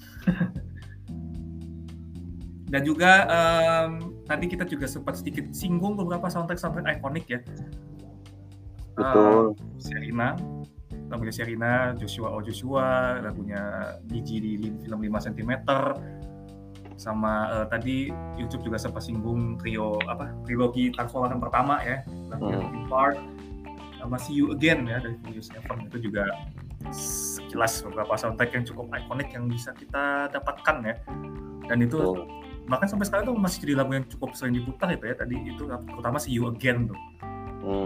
Dan juga um, tadi kita juga sempat sedikit singgung beberapa soundtrack-soundtrack ikonik ya. Betul. Uh, Sherina, lagunya Sherina, Joshua Oh Joshua, lagunya Gigi di film lima sentimeter, sama uh, tadi YouTube juga sempat singgung trio apa trilogi Transformers pertama ya, Linkin Park, sama See You Again ya dari Furious Seven, itu juga sekilas beberapa soundtrack yang cukup ikonik yang bisa kita dapatkan ya, dan itu oh. bahkan sampai sekarang tuh masih jadi lagu yang cukup sering diputar itu ya tadi itu terutama See You Again tuh. Hmm.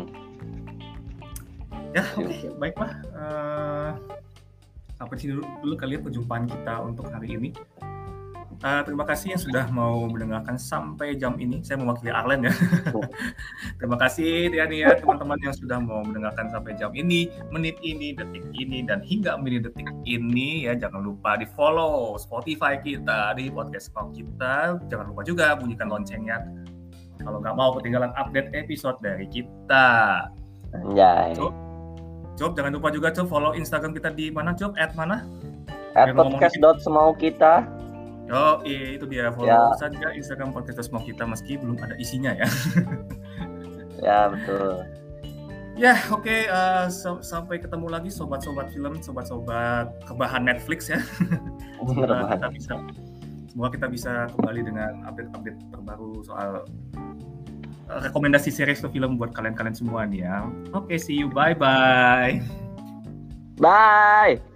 Ya oke okay, baiklah uh, sampai sini dulu, dulu kalian perjumpaan kita untuk hari ini. Uh, terima kasih yang sudah mau mendengarkan sampai jam ini. Saya mewakili Arlen ya. Terima kasih ya nih ya teman-teman yang sudah mau mendengarkan sampai jam ini, menit ini, detik ini, dan hingga menit detik ini ya. Jangan lupa di follow Spotify kita, di podcast kita. Jangan lupa juga bunyikan loncengnya kalau nggak mau ketinggalan update episode dari kita. Anjay. Coba, coba jangan lupa juga coba follow Instagram kita di mana coba? At mana? At podcast dot semau kita. Oh iya itu dia, follow ya. saja Instagram podcast semau kita meski belum ada isinya ya. Ya betul. Ya oke okay, uh, so, sampai ketemu lagi sobat-sobat film, sobat-sobat kebahan Netflix ya. Semoga kita bisa, semoga kita bisa kembali dengan update-update terbaru soal uh, rekomendasi series atau film buat kalian-kalian semua nih ya. Oke okay, see you, bye bye. Bye.